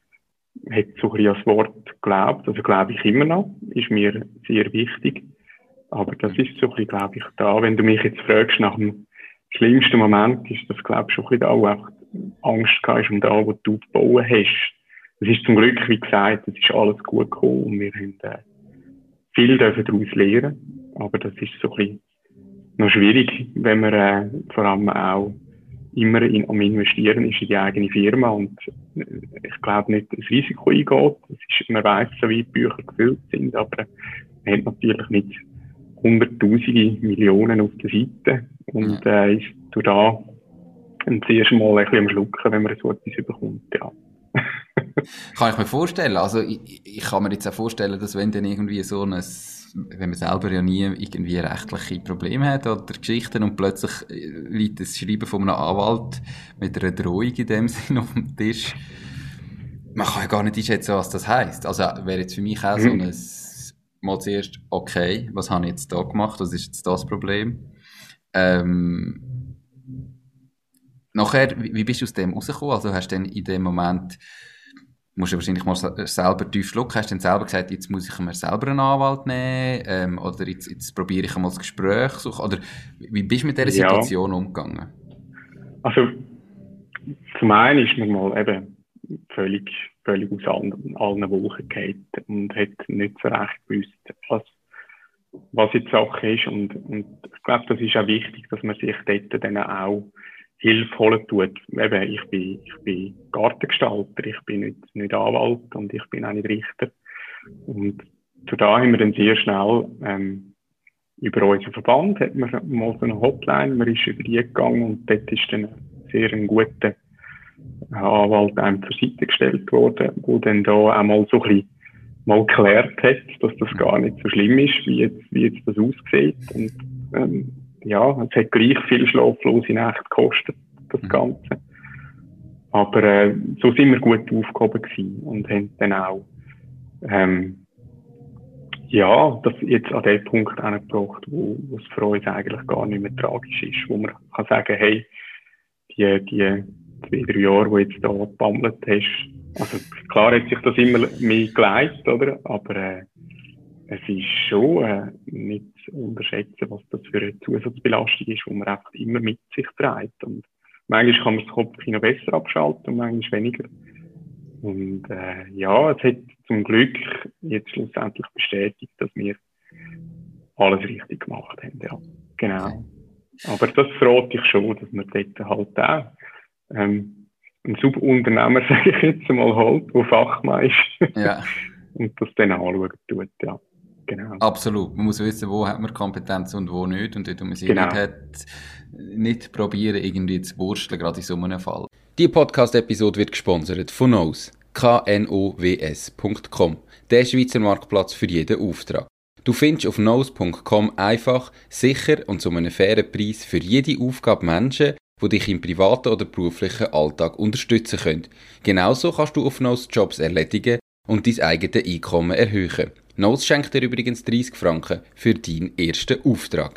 hat so ein bisschen an das Wort geglaubt, also glaube ich immer noch, ist mir sehr wichtig. Aber das ist so ein bisschen, glaube ich, da. Wenn du mich jetzt fragst nach dem schlimmsten Moment, ist das, glaube ich, schon ein bisschen da, wo einfach Angst gehabt ist um da, wo du aufbauen hast. Es ist zum Glück, wie gesagt, es ist alles gut gekommen und wir haben äh, viel dürfen daraus lernen. Aber das ist so ein bisschen noch schwierig, wenn man äh, vor allem auch immer in, am Investieren ist in die eigene Firma und äh, ich glaube nicht, dass das Risiko eingeht. Das ist, man weiss, so wie die Bücher gefüllt sind, aber man hat natürlich nicht hunderttausende Millionen auf der Seite und äh, ist durch da ein zuerst mal ein bisschen am Schlucken, wenn man so etwas bekommt, ja. Kann ich mir vorstellen. Also ich, ich kann mir jetzt auch vorstellen, dass wenn dann irgendwie so ein, wenn man selber ja nie irgendwie rechtliche Probleme hat oder Geschichten und plötzlich liegt das Schreiben von einem Anwalt mit einer Drohung in dem Sinn auf dem Tisch. Man kann ja gar nicht einschätzen, was das heisst. Also wäre jetzt für mich auch so ein mal zuerst, okay, was habe ich jetzt da gemacht, was ist jetzt das Problem? Ähm, nachher, wie, wie bist du aus dem rausgekommen? Also hast du dann in dem Moment, musst du wahrscheinlich mal selber tief schlucken, hast du dann selber gesagt, jetzt muss ich mir selber einen Anwalt nehmen, ähm, oder jetzt, jetzt probiere ich mal das Gespräch suchen, oder wie bist du mit dieser Situation ja. umgegangen? Also, zum einen ist man mal eben völlig völlig aus allen, allen Wolken gefallen und hat nicht so recht gewusst, was, was jetzt Sache ist. Und, und ich glaube, das ist auch wichtig, dass man sich dort dann auch Hilfe holen tut. Eben, ich bin, ich bin Gartengestalter, ich bin nicht, nicht Anwalt und ich bin auch nicht Richter. Und zu da haben wir dann sehr schnell ähm, über unseren Verband hat man mal so eine Hotline, man ist über die gegangen und dort ist dann sehr ein guter Anwalt einem zur Seite gestellt worden, der dann da auch mal so ein bisschen mal geklärt hat, dass das gar nicht so schlimm ist, wie jetzt, wie jetzt das aussieht. Und ähm, ja, es hat gleich viel schlaflose Nächte gekostet, das Ganze. Aber äh, so sind wir gut aufgehoben gewesen und haben dann auch ähm, ja, das jetzt an den Punkt angebracht, wo, wo es für uns eigentlich gar nicht mehr tragisch ist, wo man kann sagen, hey, die, die zwei, drei Jahre, die jetzt da gebammelt hast, also klar hat sich das immer mehr geleistet, oder? Aber äh, es ist schon äh, nicht zu unterschätzen, was das für eine Zusatzbelastung ist, die man einfach immer mit sich trägt. Und manchmal kann man das Kopf noch besser abschalten und manchmal weniger. Und äh, ja, es hat zum Glück jetzt schlussendlich bestätigt, dass wir alles richtig gemacht haben. Ja, genau. Okay. Aber das freut dich schon, dass man dort halt auch ähm, einen Subunternehmer, sage ich jetzt mal, halt, der Fachmann ist. Ja. Und das dann anschauen tut, ja. Genau. Absolut. Man muss wissen, wo hat man Kompetenz und wo nicht. Und dort, wo man sie genau. nicht hat, nicht probieren, irgendwie zu wursteln, gerade in so einem Fall. Die Podcast-Episode wird gesponsert von Knows. K N O W S Punkt com. Der Schweizer Marktplatz für jeden Auftrag. Du findest auf knows Punkt com einfach, sicher und zu einem fairen Preis für jede Aufgabe Menschen, die dich im privaten oder beruflichen Alltag unterstützen können. Genauso kannst du auf Knows Jobs erledigen und dein eigenes Einkommen erhöhen. Knows schenkt dir übrigens dreissig Franken für deinen ersten Auftrag.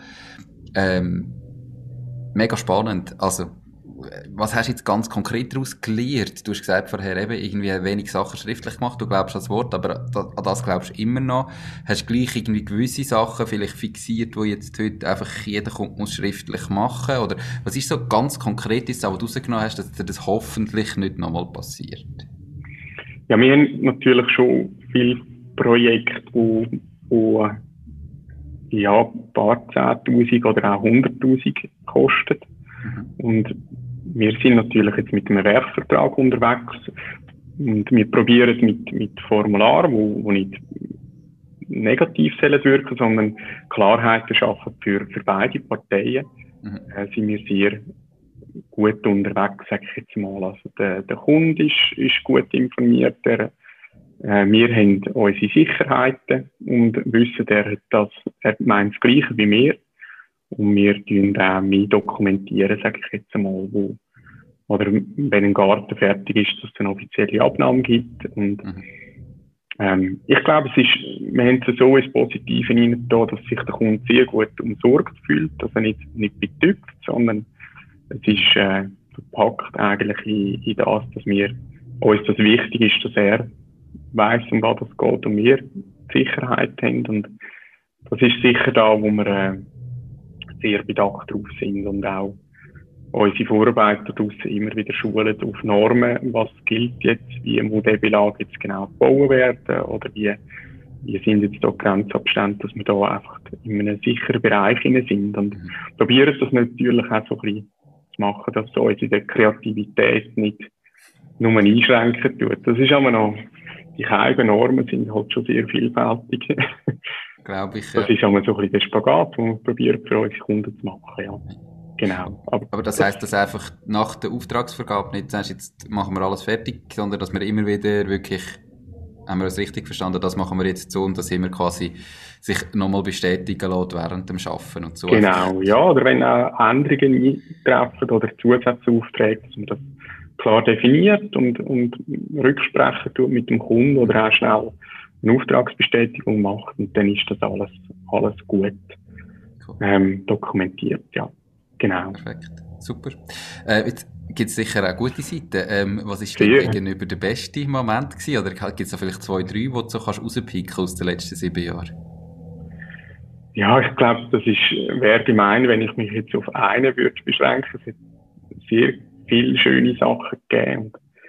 Ähm, mega spannend. Also, was hast du jetzt ganz konkret daraus gelernt? Du hast gesagt vorher eben irgendwie wenig Sachen schriftlich gemacht, du glaubst an das Wort, aber an das glaubst du immer noch. Hast du gleich irgendwie gewisse Sachen vielleicht fixiert, die jetzt heute einfach jeder kommt, muss schriftlich machen? Oder was ist so ganz konkret, was du rausgenommen hast, dass dir das hoffentlich nicht nochmal passiert? Ja, wir haben natürlich schon viele Projekte, die, die ja, ein paar Zehntausend oder auch hunderttausend kosten. Mhm. Und wir sind natürlich jetzt mit einem Werkvertrag unterwegs und wir probieren mit, mit Formularen, wo, wo nicht negativ sollen wirken, sondern Klarheit schaffen für, für beide Parteien. Mhm. Äh, sind wir sehr gut unterwegs, sage ich jetzt mal. Also der, der Kunde ist, ist gut informiert, der, äh, wir haben unsere Sicherheiten und wissen, er hat das, er meint das Gleiche wie wir. Und wir tun auch mehr dokumentieren, sage ich jetzt einmal, wo, oder wenn ein Garten fertig ist, dass es eine offizielle Abnahme gibt. Und, mhm. ähm, ich glaube, es ist, wir haben es so ins Positive hineingetan, dass sich der Kunde sehr gut umsorgt fühlt, dass er nicht, nicht betüpft, sondern es ist, äh, verpackt eigentlich in, in das, dass wir, uns das wichtig ist, dass er weiss, um was es geht und wir die Sicherheit haben. Und das ist sicher da, wo wir, äh, sehr bedacht drauf sind und auch unsere Vorarbeiter draussen immer wieder schulen auf Normen, was gilt jetzt, wie muss der Belag jetzt genau gebaut werden oder wie, wie sind jetzt da Grenzabstände, dass wir da einfach in einem sicheren Bereich sind und mhm. probieren das natürlich auch so ein bisschen zu machen, dass es uns in der Kreativität nicht nur einschränken tut. Das ist aber noch, die geheimen Normen sind halt schon sehr vielfältig. Glaube ich, ja. Das ist einmal so ein bisschen der Spagat, den wir probieren für unsere Kunden zu machen, ja. Genau. Aber, aber das heisst, dass einfach nach der Auftragsvergabe nicht sagst, jetzt machen wir alles fertig, sondern dass wir immer wieder wirklich, haben wir das richtig verstanden, das machen wir jetzt so und das immer quasi sich nochmal bestätigen lässt während dem Arbeiten und so. Genau, ja. Oder wenn auch Änderungen eintreffen oder Zusatzaufträge, dass man das klar definiert und, und rücksprechen tut mit dem Kunden oder auch schnell eine Auftragsbestätigung macht und dann ist das alles, alles gut cool. ähm, dokumentiert, ja. Genau. Perfekt, super. Äh, jetzt gibt es sicher auch gute Seiten. Ähm, was ist denn gegenüber der beste Moment gewesen? Oder gibt es da vielleicht zwei, drei, die du so kannst rauspicken aus den letzten sieben Jahren? Ja, ich glaube, das ist, wäre gemein, wenn ich mich jetzt auf einen würde beschränken. Es hat sehr viele schöne Sachen gegeben.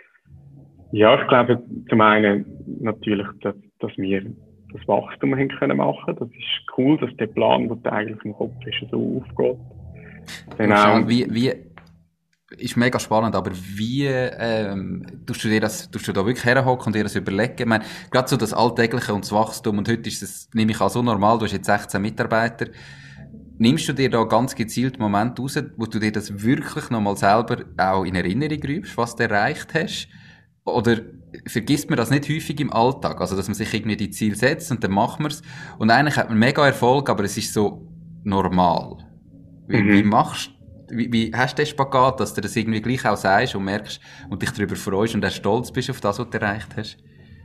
Ja, ich glaube, zum einen natürlich, dass, dass wir das Wachstum haben können machen. Das ist cool, dass der Plan, der eigentlich im Kopf ist, so aufgeht. Genau. Wie, wie, ist mega spannend, aber wie, ähm, tust du dir das, tust du da wirklich herhocken und dir das überlegen? Ich meine, gerade so das Alltägliche und das Wachstum, und heute ist es, nehme ich an, so normal, du hast jetzt sechzehn Mitarbeiter. Nimmst du dir da ganz gezielt Momente raus, wo du dir das wirklich nochmal selber auch in Erinnerung rufst, was du erreicht hast? Oder vergisst man das nicht häufig im Alltag? Also, dass man sich irgendwie die Ziele setzt und dann macht man es. Und eigentlich hat man mega Erfolg, aber es ist so normal. Wie, mhm. wie machst wie, wie hast du den Spagat, dass du das irgendwie gleich auch sagst und merkst und dich darüber freust und auch stolz bist auf das, was du erreicht hast?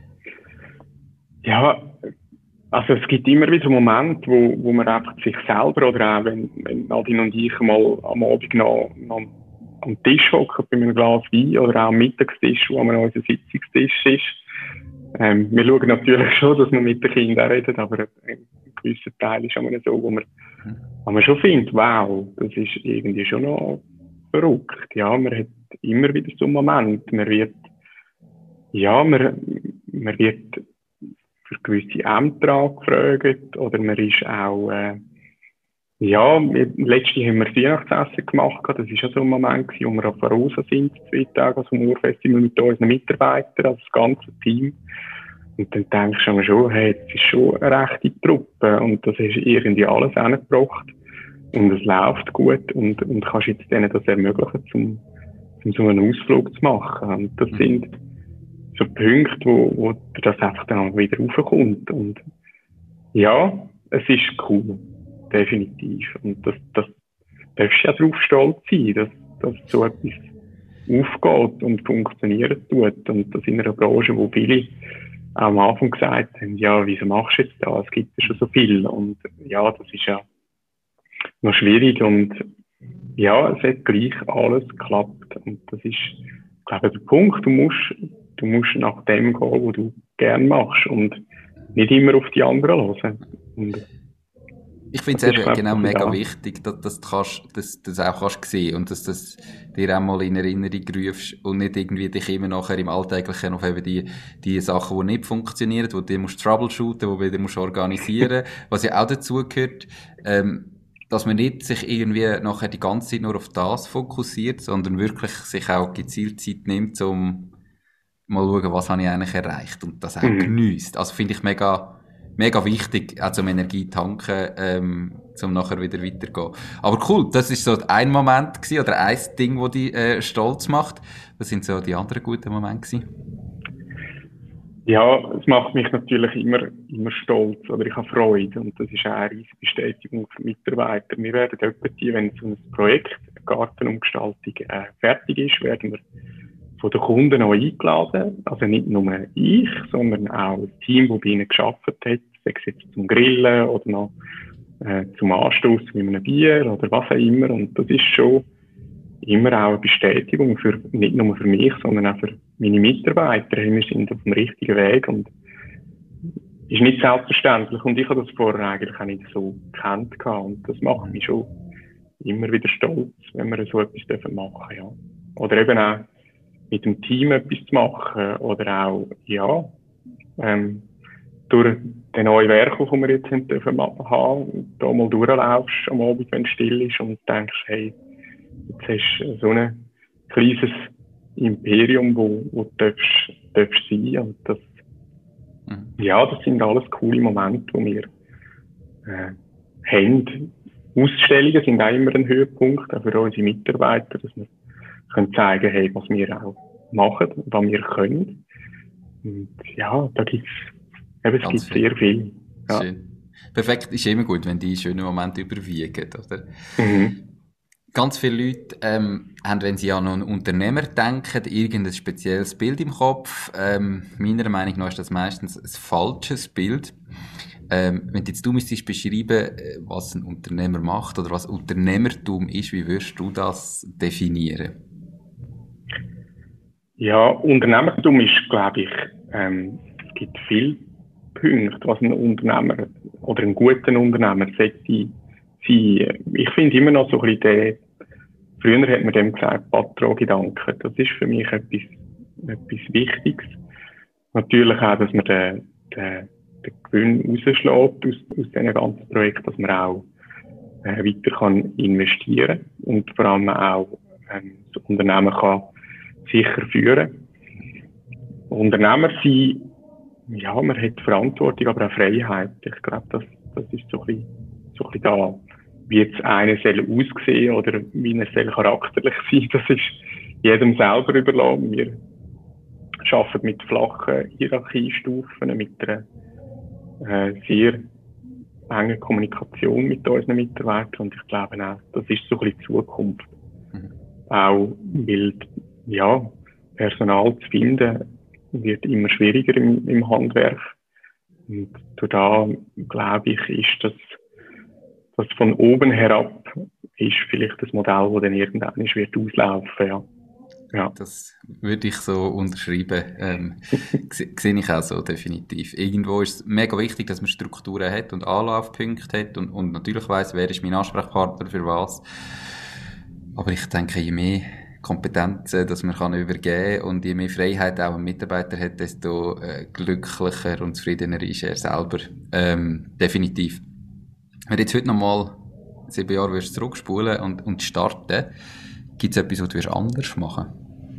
Ja, also es gibt immer wieder Momente, wo, wo man einfach sich selber oder auch wenn, wenn Nadine und ich mal am Abend noch, noch am Tisch hocken bei einem Glas Wein oder auch am Mittagstisch, wo man unser Sitzungstisch ist. Ähm, wir schauen natürlich schon, dass wir mit den Kindern reden, aber ein gewisser Teil ist immer so, wo man, wo man schon findet, wow, das ist irgendwie schon noch verrückt. Ja, man hat immer wieder so einen Moment, man wird ja, man, man wird für gewisse Ämter angefragt oder man ist auch, äh, ja, letztens haben wir das Weihnachtsessen gemacht, das war ja so ein Moment, wo wir auf Arosa sind, zwei Tage als Humorfestival mit unseren Mitarbeitern, also das ganze Team. Und dann denkst du schon, hey, das ist schon eine rechte Truppe und das ist irgendwie alles hingebracht und es läuft gut und, und kannst jetzt denen das ermöglichen, zum, zum so einen Ausflug zu machen. Und das sind so Punkte, wo, wo das einfach dann wieder raufkommt. Und ja, es ist cool, definitiv. Und das, das darfst du ja drauf stolz sein, dass, dass so etwas aufgeht und funktionieren tut. Und das in einer Branche, wo viele am Anfang gesagt haben, ja, wieso machst du jetzt das? Es gibt ja schon so viel. Und ja, das ist ja noch schwierig. Und ja, es hat gleich alles geklappt. Und das ist, ich glaube, der Punkt. Du musst, du musst nach dem gehen, was du gerne machst. Und nicht immer auf die anderen hören. Und ich finde es eben genau mega da. wichtig, dass, dass du kannst, dass, dass auch kannst sehen und dass das dir auch mal in Erinnerung rufst und nicht irgendwie dich immer nachher im Alltäglichen auf eben die, die Sachen, die nicht funktionieren, wo du musst troubleshooten, wo du wieder musst organisieren, was ja auch dazu gehört, ähm, dass man nicht sich irgendwie nachher die ganze Zeit nur auf das fokussiert, sondern wirklich sich auch gezielt Zeit nimmt, um mal schauen, was habe ich eigentlich erreicht und das auch mhm. geniesst. Also finde ich mega, mega wichtig, auch zum Energie tanken, ähm, zum nachher wieder weitergehen. Aber cool, das ist so ein Moment gewesen, oder ein Ding, das dich äh, stolz macht. Was sind so die anderen guten Momente gewesen? Ja, es macht mich natürlich immer, immer stolz, oder ich habe Freude. Und das ist auch eine riesige Bestätigung für Mitarbeiter. Wir werden dort, wenn so ein Projekt, eine Gartenumgestaltung äh, fertig ist, werden wir von den Kunden auch eingeladen. Also nicht nur ich, sondern auch das Team, das bei ihnen gearbeitet hat, sei es jetzt zum Grillen oder noch äh, zum Anstoß mit einem Bier oder was auch immer. Und das ist schon immer auch eine Bestätigung für, nicht nur für mich, sondern auch für meine Mitarbeiter. Wir sind auf dem richtigen Weg und ist nicht selbstverständlich. Und ich habe das vorher eigentlich auch nicht so gekannt gehabt. Und das macht mich schon immer wieder stolz, wenn wir so etwas machen dürfen, ja. Oder eben auch mit dem Team etwas zu machen oder auch, ja, ähm, durch den neuen Werk, den wir jetzt haben dürfen haben, da mal durchlaufst am Abend, wenn es still ist und denkst, hey, jetzt hast du so ein kleines Imperium, wo, wo du darfst, darfst sein. Und das, mhm. ja, das sind alles coole Momente, die wir äh, haben. Ausstellungen sind auch immer ein Höhepunkt, auch für unsere Mitarbeiter, dass wir können zeigen, hey, was wir auch machen, was wir können. Und ja, da gibt's, eben, es gibt viel. sehr viel. Ja. Schön. Perfekt, ist immer gut, wenn die schönen Momente überwiegen, oder? Mhm. Ganz viele Leute ähm, haben, wenn sie an einen Unternehmer denken, irgendein spezielles Bild im Kopf. Ähm, meiner Meinung nach ist das meistens ein falsches Bild. Ähm, wenn jetzt du müsstest beschreiben, was ein Unternehmer macht oder was Unternehmertum ist, wie würdest du das definieren? Ja, Unternehmertum ist, glaube ich, ähm, es gibt viele Punkte, was ein Unternehmer oder ein guter Unternehmer sollte sein. Ich finde immer noch so ein bisschen den, früher hat man dem gesagt, Patron-Gedanken. Das ist für mich etwas, etwas Wichtiges. Natürlich auch, dass man den, den, den Gewinn rausschlägt aus, aus diesen ganzen Projekten, dass man auch äh, weiter kann investieren und vor allem auch ähm, das Unternehmen kann sicher führen. Unternehmer sein, ja, man hat Verantwortung, aber auch Freiheit. Ich glaube, das, das ist so ein bisschen, so ein bisschen da. Wie jetzt einer soll aussehen oder wie er soll charakterlich sein, das ist jedem selber überlassen. Wir arbeiten mit flachen Hierarchiestufen, mit einer äh, sehr engen Kommunikation mit unseren Mitarbeitern und ich glaube auch, das ist so ein bisschen die Zukunft. Mhm. Auch weil, ja, Personal zu finden wird immer schwieriger im, im Handwerk. Und da, glaube ich, ist das, das von oben herab ist vielleicht das Modell, das dann irgendwann wird auslaufen, ja. Ja. Das würde ich so unterschreiben. Ähm, sehe ich auch so, definitiv. Irgendwo ist es mega wichtig, dass man Strukturen hat und Anlaufpunkte hat und, und natürlich weiss, wer ist mein Ansprechpartner für was. Aber ich denke, je mehr Kompetenzen, dass man kann übergeben, und je mehr Freiheit auch ein Mitarbeiter hat, desto äh, glücklicher und zufriedener ist er selber. Ähm, definitiv. Wenn du jetzt heute nochmal sieben Jahre wirst zurückspulen und, und starten, gibt es etwas, was du wirst anders machen?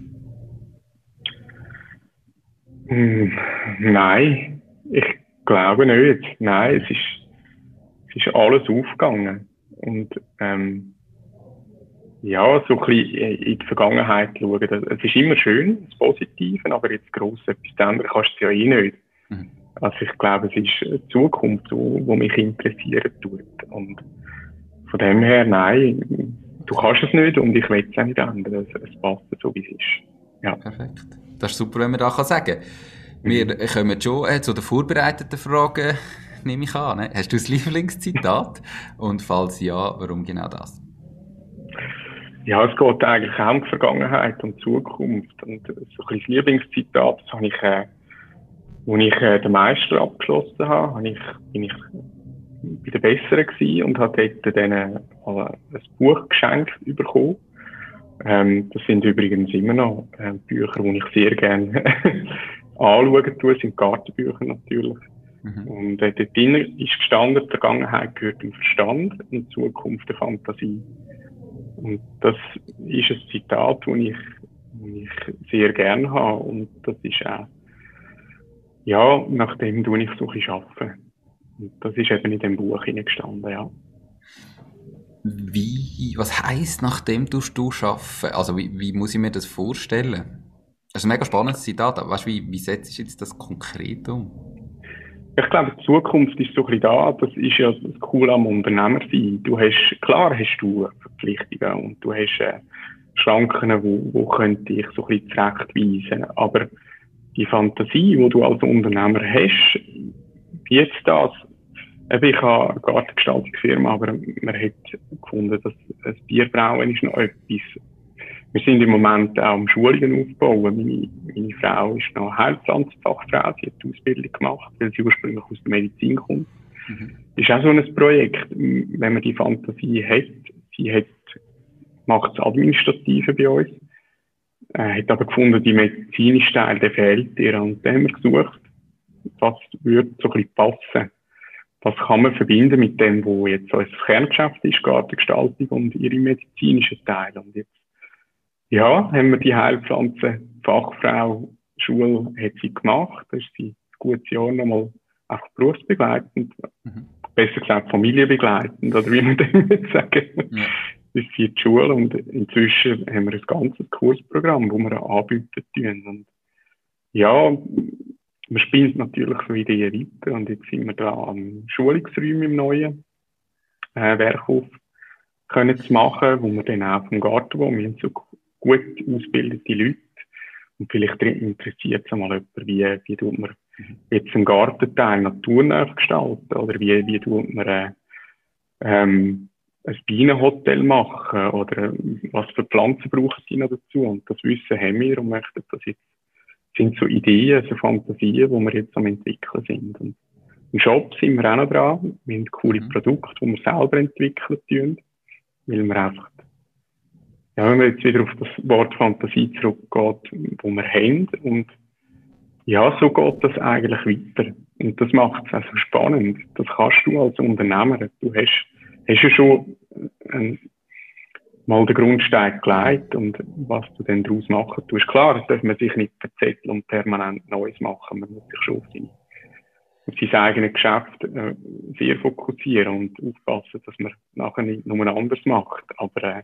Hm, nein, ich glaube nicht. Nein, es ist, es ist alles aufgegangen. Und ähm, ja, so ein bisschen in die Vergangenheit schauen. Das, es ist immer schön, das Positive, aber jetzt gross etwas ändern kannst du ja eh nicht. Mhm. Also ich glaube, es ist eine Zukunft, die mich interessieren tut. Und von dem her, nein, du kannst es nicht und ich will es auch nicht ändern. Es, es passt so, wie es ist. Ja. Perfekt. Das ist super, wenn man das sagen kann. Wir mhm. kommen schon äh, zu den vorbereiteten Fragen, nehme ich an. Ne? Hast du ein Lieblingszitat? Und falls ja, warum genau das? Ja, es geht eigentlich auch um die Vergangenheit und die Zukunft. Und so ein bisschen das Lieblingszitat, das habe ich, äh, als ich äh, den Meister abgeschlossen habe, habe ich, bin ich bei den Besseren gewesen und habe dort denen äh, ein Buch geschenkt bekommen. Ähm, das sind übrigens immer noch äh, Bücher, die ich sehr gerne anschauen tue, sind Gartenbücher natürlich. Mhm. Und äh, dort drin ist gestanden, die Vergangenheit gehört dem Verstand und die Zukunft der Fantasie. Und das ist ein Zitat, das ich, das ich sehr gerne habe. Und das ist auch, ja, nach dem tue ich so ein bisschen arbeiten. Und das ist eben in dem Buch hineingestanden, ja. Wie, was heisst, nachdem tust du arbeiten? Also, wie, wie muss ich mir das vorstellen? Das ist ein mega spannendes Zitat, aber weißt du, wie, wie setzt du jetzt das konkret um? Ich glaube, die Zukunft ist so ein bisschen da. Das ist ja das Coole am Unternehmer sein. Du hast, klar hast du Verpflichtungen und du hast äh, Schranken, wo, wo können dich so ein bisschen zurechtweisen. Aber die Fantasie, die du als Unternehmer hast, wie jetzt das, eben, ich habe eine Gartengestaltungsfirma, aber man hat gefunden, dass ein Bierbrauen ist noch etwas. Wir sind im Moment auch am Schulungen aufbauen. Meine, meine Frau ist noch Heilpflanzenfachfrau. Sie hat die Ausbildung gemacht, weil sie ursprünglich aus der Medizin kommt. Mhm. Das ist auch so ein Projekt, wenn man die Fantasie hat. Sie hat, macht das Administrative bei uns. Äh, hat aber gefunden, die medizinische Teil, der fehlt ihr. Und dann haben wir gesucht, was würde so ein bisschen passen. Was kann man verbinden mit dem, wo jetzt unser Kerngeschäft ist, Gartengestaltung und ihre medizinischen Teile. Und jetzt ja, haben wir die Heilpflanzenfachfrau Schule hat sie gemacht. Da ist sie ein gutes Jahr nochmal auch berufsbegleitend. Mhm. Besser gesagt familienbegleitend, oder wie man dem jetzt sagen. Ja. Das ist sie die Schule und inzwischen haben wir ein ganzes Kursprogramm, das wir anbieten tun. Und ja, man spinnt natürlich so Ideen weiter und jetzt sind wir da am Schulungsräumen im neuen äh, Werkhof können zu machen, wo wir dann auch vom Garten, wo wir so gut ausgebildete Leute. Und vielleicht interessiert es mal jemand, wie, wie tut man jetzt einen Gartenteil naturnah gestalten oder wie, wie tut man äh, ähm, ein Bienenhotel machen oder was für Pflanzen brauchen sie noch dazu. Und das Wissen haben wir und möchten das jetzt. Das sind so Ideen, so Fantasien, die wir jetzt am entwickeln sind. Und im Shop sind wir auch noch dran. Wir haben coole Produkte, die wir selber entwickeln tun, weil wir einfach ja, wenn man jetzt wieder auf das Wort Fantasie zurückgeht, wo wir haben. Und ja, so geht das eigentlich weiter. Und das macht es auch so spannend. Das kannst du als Unternehmer. Du hast, hast ja schon ein, mal den Grundstein gelegt und was du dann daraus machen tust. Klar, das darf man sich nicht verzetteln und permanent Neues machen. Man muss sich schon auf, seine, auf sein eigenes Geschäft äh, sehr fokussieren und aufpassen, dass man nachher nicht nur anders macht. Aber äh,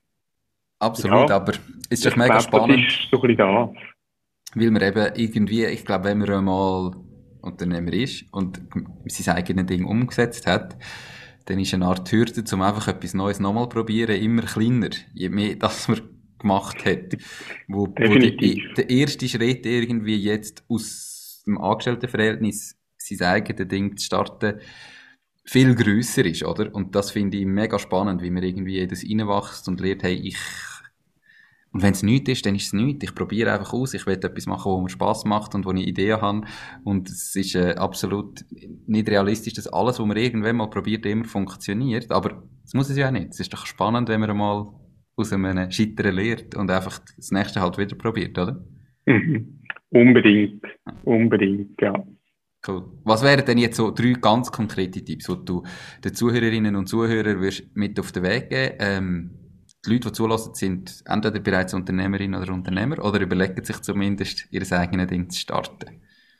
absolut, ja, aber es ist doch mega glaub, spannend. Das ist so ein bisschen da. Weil man eben irgendwie, ich glaube, wenn man einmal Unternehmer ist und sein eigenes Ding umgesetzt hat, dann ist eine Art Hürde, um einfach etwas Neues nochmal probieren, immer kleiner, je mehr das man gemacht hat. Wo, wo die, der erste Schritt irgendwie jetzt aus dem Angestelltenverhältnis sein eigenes Ding zu starten, viel grösser ist, oder? Und das finde ich mega spannend, wie man irgendwie in das reinwächst und lernt, hey, ich, und wenn es nichts ist, dann ist es nichts. Ich probiere einfach aus, ich will etwas machen, wo mir Spass macht und wo ich Ideen habe. Und es ist äh, absolut nicht realistisch, dass alles, was man irgendwann mal probiert, immer funktioniert. Aber es muss es ja auch nicht. Es ist doch spannend, wenn man mal aus einem Scheitern lernt und einfach das nächste halt wieder probiert, oder? Mhm. Unbedingt, unbedingt, ja. Cool. Was wären denn jetzt so drei ganz konkrete Tipps, die du den Zuhörerinnen und Zuhörern wirst mit auf den Weg geben? Ähm, die Leute, die zulassen, sind entweder bereits Unternehmerinnen oder Unternehmer oder überlegen sich zumindest, ihr eigenes Ding zu starten.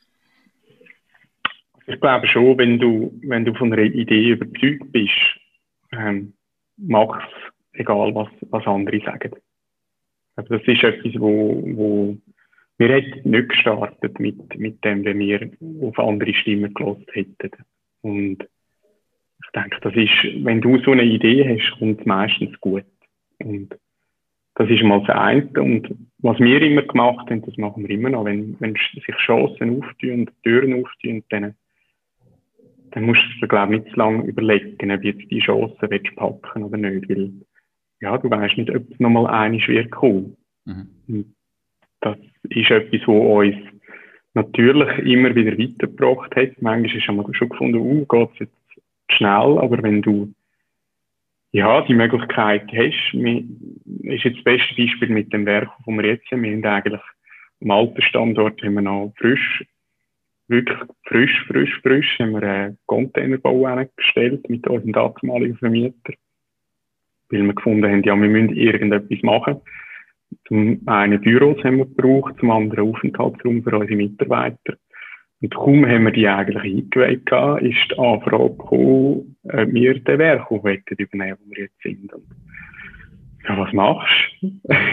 Ich glaube schon, wenn du, wenn du von einer Idee überzeugt bist, ähm, mach's, egal was, was andere sagen. Also das ist etwas, wo, wo wir hätten nicht gestartet mit, mit dem, wenn wir auf andere Stimmen gehört hätten. Und ich denke, das ist, wenn du so eine Idee hast, kommt es meistens gut. Und das ist mal das eine. Und was wir immer gemacht haben, das machen wir immer noch. Wenn, wenn sich Chancen auftun, Türen auftun, dann, dann musst du dir, glaube ich, nicht zu lange überlegen, ob jetzt die Chancen willst packen oder nicht. Weil, ja, du weißt nicht, ob es nochmal eine wird kommen. Mhm. Das ist etwas, was uns natürlich immer wieder weitergebracht hat. Manchmal hast du schon gefunden, uh, geht es jetzt schnell, aber wenn du ja, die Möglichkeit hast, wir, ist jetzt das beste Beispiel mit dem Werk, wo wir jetzt sind. Wir haben eigentlich am alten Standort haben wir noch frisch, wirklich frisch, frisch, frisch, haben wir einen Containerbau angestellt mit unserem damaligen Vermieter. Weil wir gefunden haben, ja, wir müssen irgendetwas machen. Zum einen Büros haben wir gebraucht, zum anderen Aufenthaltsraum für unsere Mitarbeiter. Und kaum haben wir die eigentlich eingeweiht gehabt, ist die Anfrage gekommen, ob wir den Werk übernehmen, wo wir jetzt sind. Und ja, was machst du?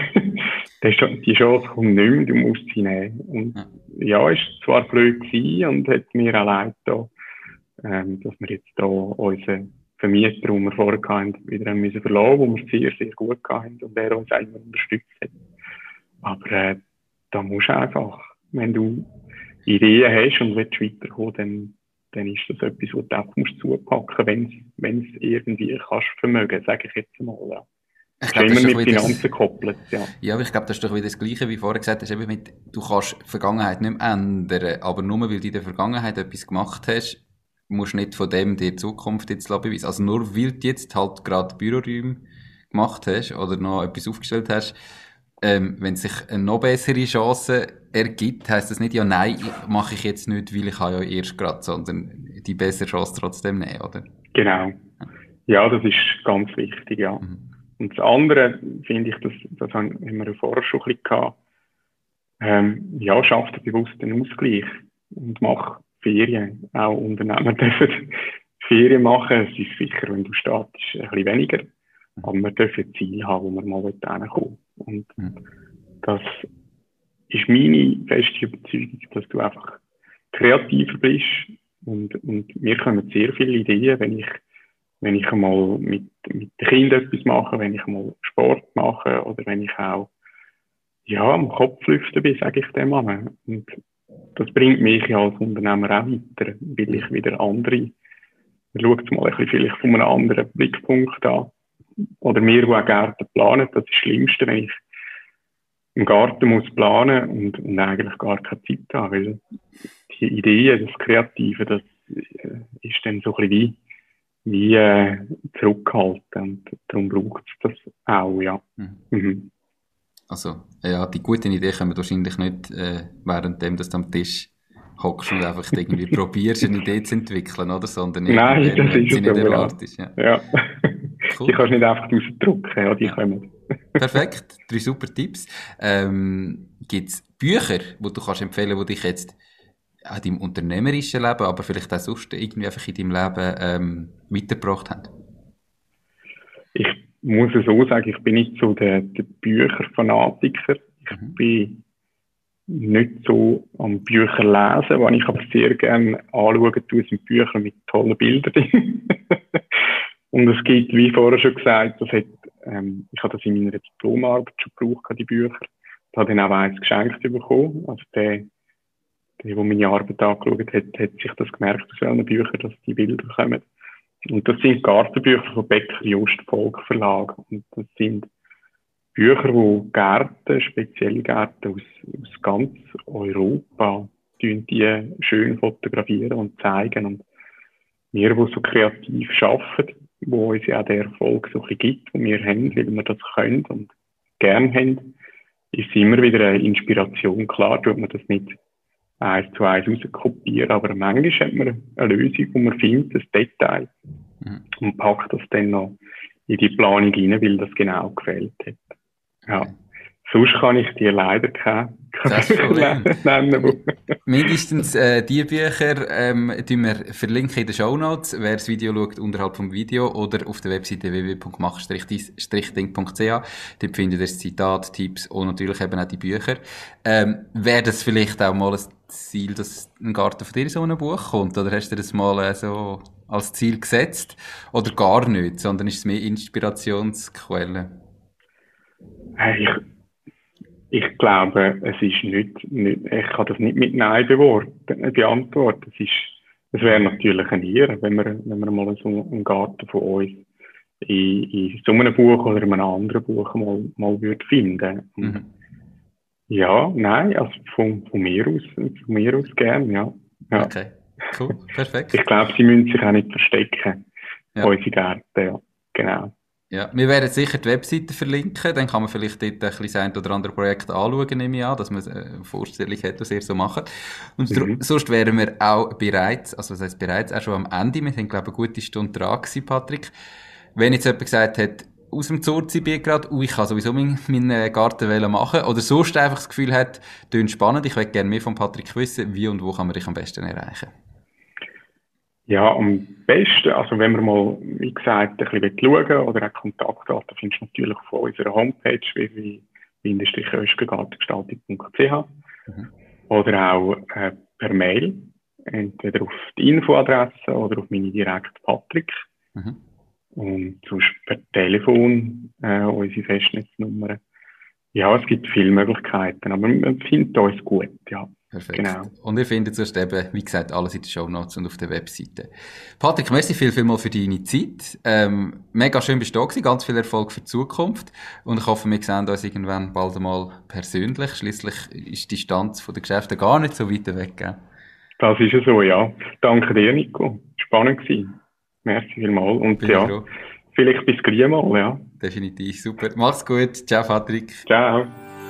Die Chance kommt nicht mehr, du musst sie nehmen. Und ja, ist zwar blöd gewesen und hat mir auch leid getan, ähm, dass wir jetzt da unseren Vermieter, den wir vorher hatten, wieder haben müssen verlassen, wo wir sehr, sehr gut hatten und der uns immer unterstützt hat. Aber äh, da musst du einfach, wenn du Ideen hast und willst weiterkommen, dann, dann ist das etwas, was du auch musst zupacken musst, wenn es irgendwie kannst vermögen, sage ich jetzt mal. Ja. Ich glaub, das ist immer mit mit Finanzen gekoppelt, ja. Ja, aber ich glaube, das ist doch wieder das Gleiche, wie vorher gesagt hast, eben mit, du kannst die Vergangenheit nicht mehr ändern, aber nur weil du in der Vergangenheit etwas gemacht hast, musst du nicht von dem die Zukunft jetzt beweisen. Also nur weil du jetzt halt gerade Büroräume gemacht hast oder noch etwas aufgestellt hast, ähm, wenn sich eine noch bessere Chance ergibt, heisst das nicht, ja nein, mache ich jetzt nicht, weil ich habe ja erst gerade, sondern die bessere Chance trotzdem nehmen, oder? Genau. Ja, das ist ganz wichtig, ja. Mhm. Und das andere, finde ich, das, das haben wir ja vorher schon ein bisschen gehabt, ähm, ja, schafft einen bewussten Ausgleich und mach Ferien. Auch Unternehmen dürfen Ferien machen. Es ist sicher, wenn du startest, ein bisschen weniger. Aber wir dürfen ein Ziel haben, wo wir mal hinkommen. Und das ist meine feste Überzeugung, dass du einfach kreativer bist. Und, und mir kommen sehr viele Ideen, wenn ich, wenn ich einmal mit, mit den Kindern etwas mache, wenn ich mal Sport mache oder wenn ich auch ja, am Kopf lüften bin, sage ich dem mal. Und das bringt mich ja als Unternehmer auch weiter, weil ich wieder andere, schaut mal ein bisschen vielleicht von einem anderen Blickpunkt an. Oder wir, die auch Gärten planen, das ist das Schlimmste, wenn ich im Garten muss planen und, und eigentlich gar keine Zeit habe, weil die Idee, das Kreative, das äh, ist dann so ein bisschen wie, wie äh, zurückgehalten und darum braucht es das auch, ja. Mhm. Mhm. Also, ja, die guten Ideen kommen wahrscheinlich nicht, äh, währenddem du am Tisch hockst und einfach irgendwie probierst, eine Idee zu entwickeln, oder? Sondern Nein, das wenn ist sie nicht so, erwartest. Ja. Ja. Cool. Die kannst du nicht einfach rausdrücken, ja, die ja. kommen. Perfekt, drei super Tipps. Ähm, gibt es Bücher, die du kannst empfehlen, die dich jetzt auch in deinem unternehmerischen Leben, aber vielleicht auch sonst irgendwie einfach in deinem Leben ähm, weitergebracht haben? Ich muss es so sagen, ich bin nicht so der, der Bücherfanatiker. Ich mhm. bin nicht so am Bücher lesen, was ich aber sehr gerne anschauen tue, sind Bücher mit tollen Bildern drin. Und es gibt, wie vorher schon gesagt, das hat, ähm, ich habe das in meiner Diplomarbeit schon gebraucht, die Bücher. Ich habe dann auch eins geschenkt bekommen. Also der, der, der meine Arbeit angeschaut hat, hat sich das gemerkt, aus welchen Büchern, dass die Bilder kommen. Und das sind Gartenbücher von Becker Just Volk Verlag. Und das sind Bücher, wo Gärten, spezielle Gärten aus, aus ganz Europa, die schön fotografieren und zeigen. Und wir, die so kreativ arbeiten, wo uns ja auch der Erfolg so ein bisschen gibt, den wir haben, weil wir das können und gern haben, ist es immer wieder eine Inspiration. Klar tut man das nicht eins zu eins rauskopieren, aber manchmal hat man eine Lösung, wo man findet, ein Detail, mhm. und packt das dann noch in die Planung rein, weil das genau gefällt hat. Ja. Okay. Sonst kann ich dir leider keine Bücher nennen. Mindestens äh, die Bücher ähm, tun wir verlinken in den Shownotes. Wer das Video schaut, unterhalb vom Video oder auf der Webseite w w w punkt mach Strich ding punkt c h. Dort findet ihr das Zitat, Tipps und natürlich eben auch die Bücher. Ähm, Wäre das vielleicht auch mal ein Ziel, dass ein Garten von dir in so einem Buch kommt? Oder hast du das mal äh, so als Ziel gesetzt? Oder gar nicht, sondern ist es mehr Inspirationsquelle? Ich Ich glaube, es ist nicht, nicht, ich kann das nicht mit Nein beantworten. Es ist, es wäre natürlich eine Ehre, wenn wir, wenn wir mal so einen Garten von uns in, in so einem Buch oder in einem anderen Buch mal, mal würde finden. Mhm. Ja, nein, also von, von mir aus, von mir aus gern, ja. ja. Okay, cool, perfekt. Ich glaube, sie müssen sich auch nicht verstecken, ja. Unsere Gärten, ja, genau. Ja, wir werden sicher die Webseite verlinken, dann kann man vielleicht dort ein bisschen ein oder andere Projekt anschauen, nehme ich an, dass man eine Vorstellung hat, was ihr so macht. Und mhm. sonst wären wir auch bereits, also das heisst bereits auch schon am Ende, wir sind, glaube ich, eine gute Stunde dran gewesen, Patrick. Wenn jetzt jemand gesagt hat, aus dem Zurzibiet gerade, oh, ich kann sowieso meinen, meinen Garten machen, oder sonst einfach das Gefühl hat, tönt spannend, ich möchte gerne mehr von Patrick wissen, wie und wo kann man dich am besten erreichen? Ja, am besten, also wenn man mal, wie gesagt, ein bisschen schauen oder auch Kontaktdaten findest du natürlich auf unserer Homepage w w w punkt öschgergartengestaltung punkt c h mhm. oder auch äh, per Mail, entweder auf die Infoadresse oder auf meine direkte Patrick. Mhm. Und sonst per Telefon äh, unsere Festnetznummer. Ja, es gibt viele Möglichkeiten, aber man findet uns gut, ja. Perfekt. Genau. Und ihr findet sonst eben, wie gesagt, alles in den Shownotes und auf der Webseite. Patrick, merci viel, viel mal für deine Zeit. Ähm, mega schön bist du da gewesen, ganz viel Erfolg für die Zukunft. Und ich hoffe, wir sehen uns irgendwann bald einmal persönlich. Schliesslich ist die Distanz von den Geschäften gar nicht so weit weg. Gell? Das ist ja so, ja. Danke dir, Nico. Spannend gewesen. Merci vielmals. Und bin ja, froh. Vielleicht bis gleich mal, ja. Definitiv, super. Mach's gut. Ciao, Patrick. Ciao.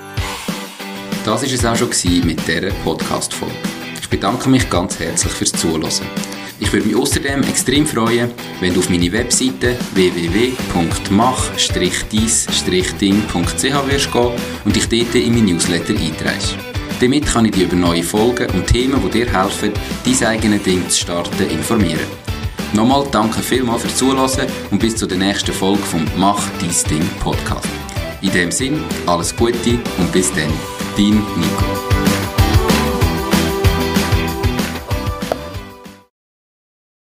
Das war es auch schon mit dieser Podcast-Folge. Ich bedanke mich ganz herzlich fürs Zuhören. Ich würde mich außerdem extrem freuen, wenn du auf meine Webseite w w w punkt mach dis ding punkt c h wirst gehen und dich dort in mein Newsletter einträgst. Damit kann ich dich über neue Folgen und Themen, die dir helfen, dein eigenes Ding zu starten, informieren. Nochmal danke vielmals fürs Zuhören und bis zur nächsten Folge vom Mach Dies Ding Podcast. In dem Sinn, alles Gute und bis dann. Dein Nico.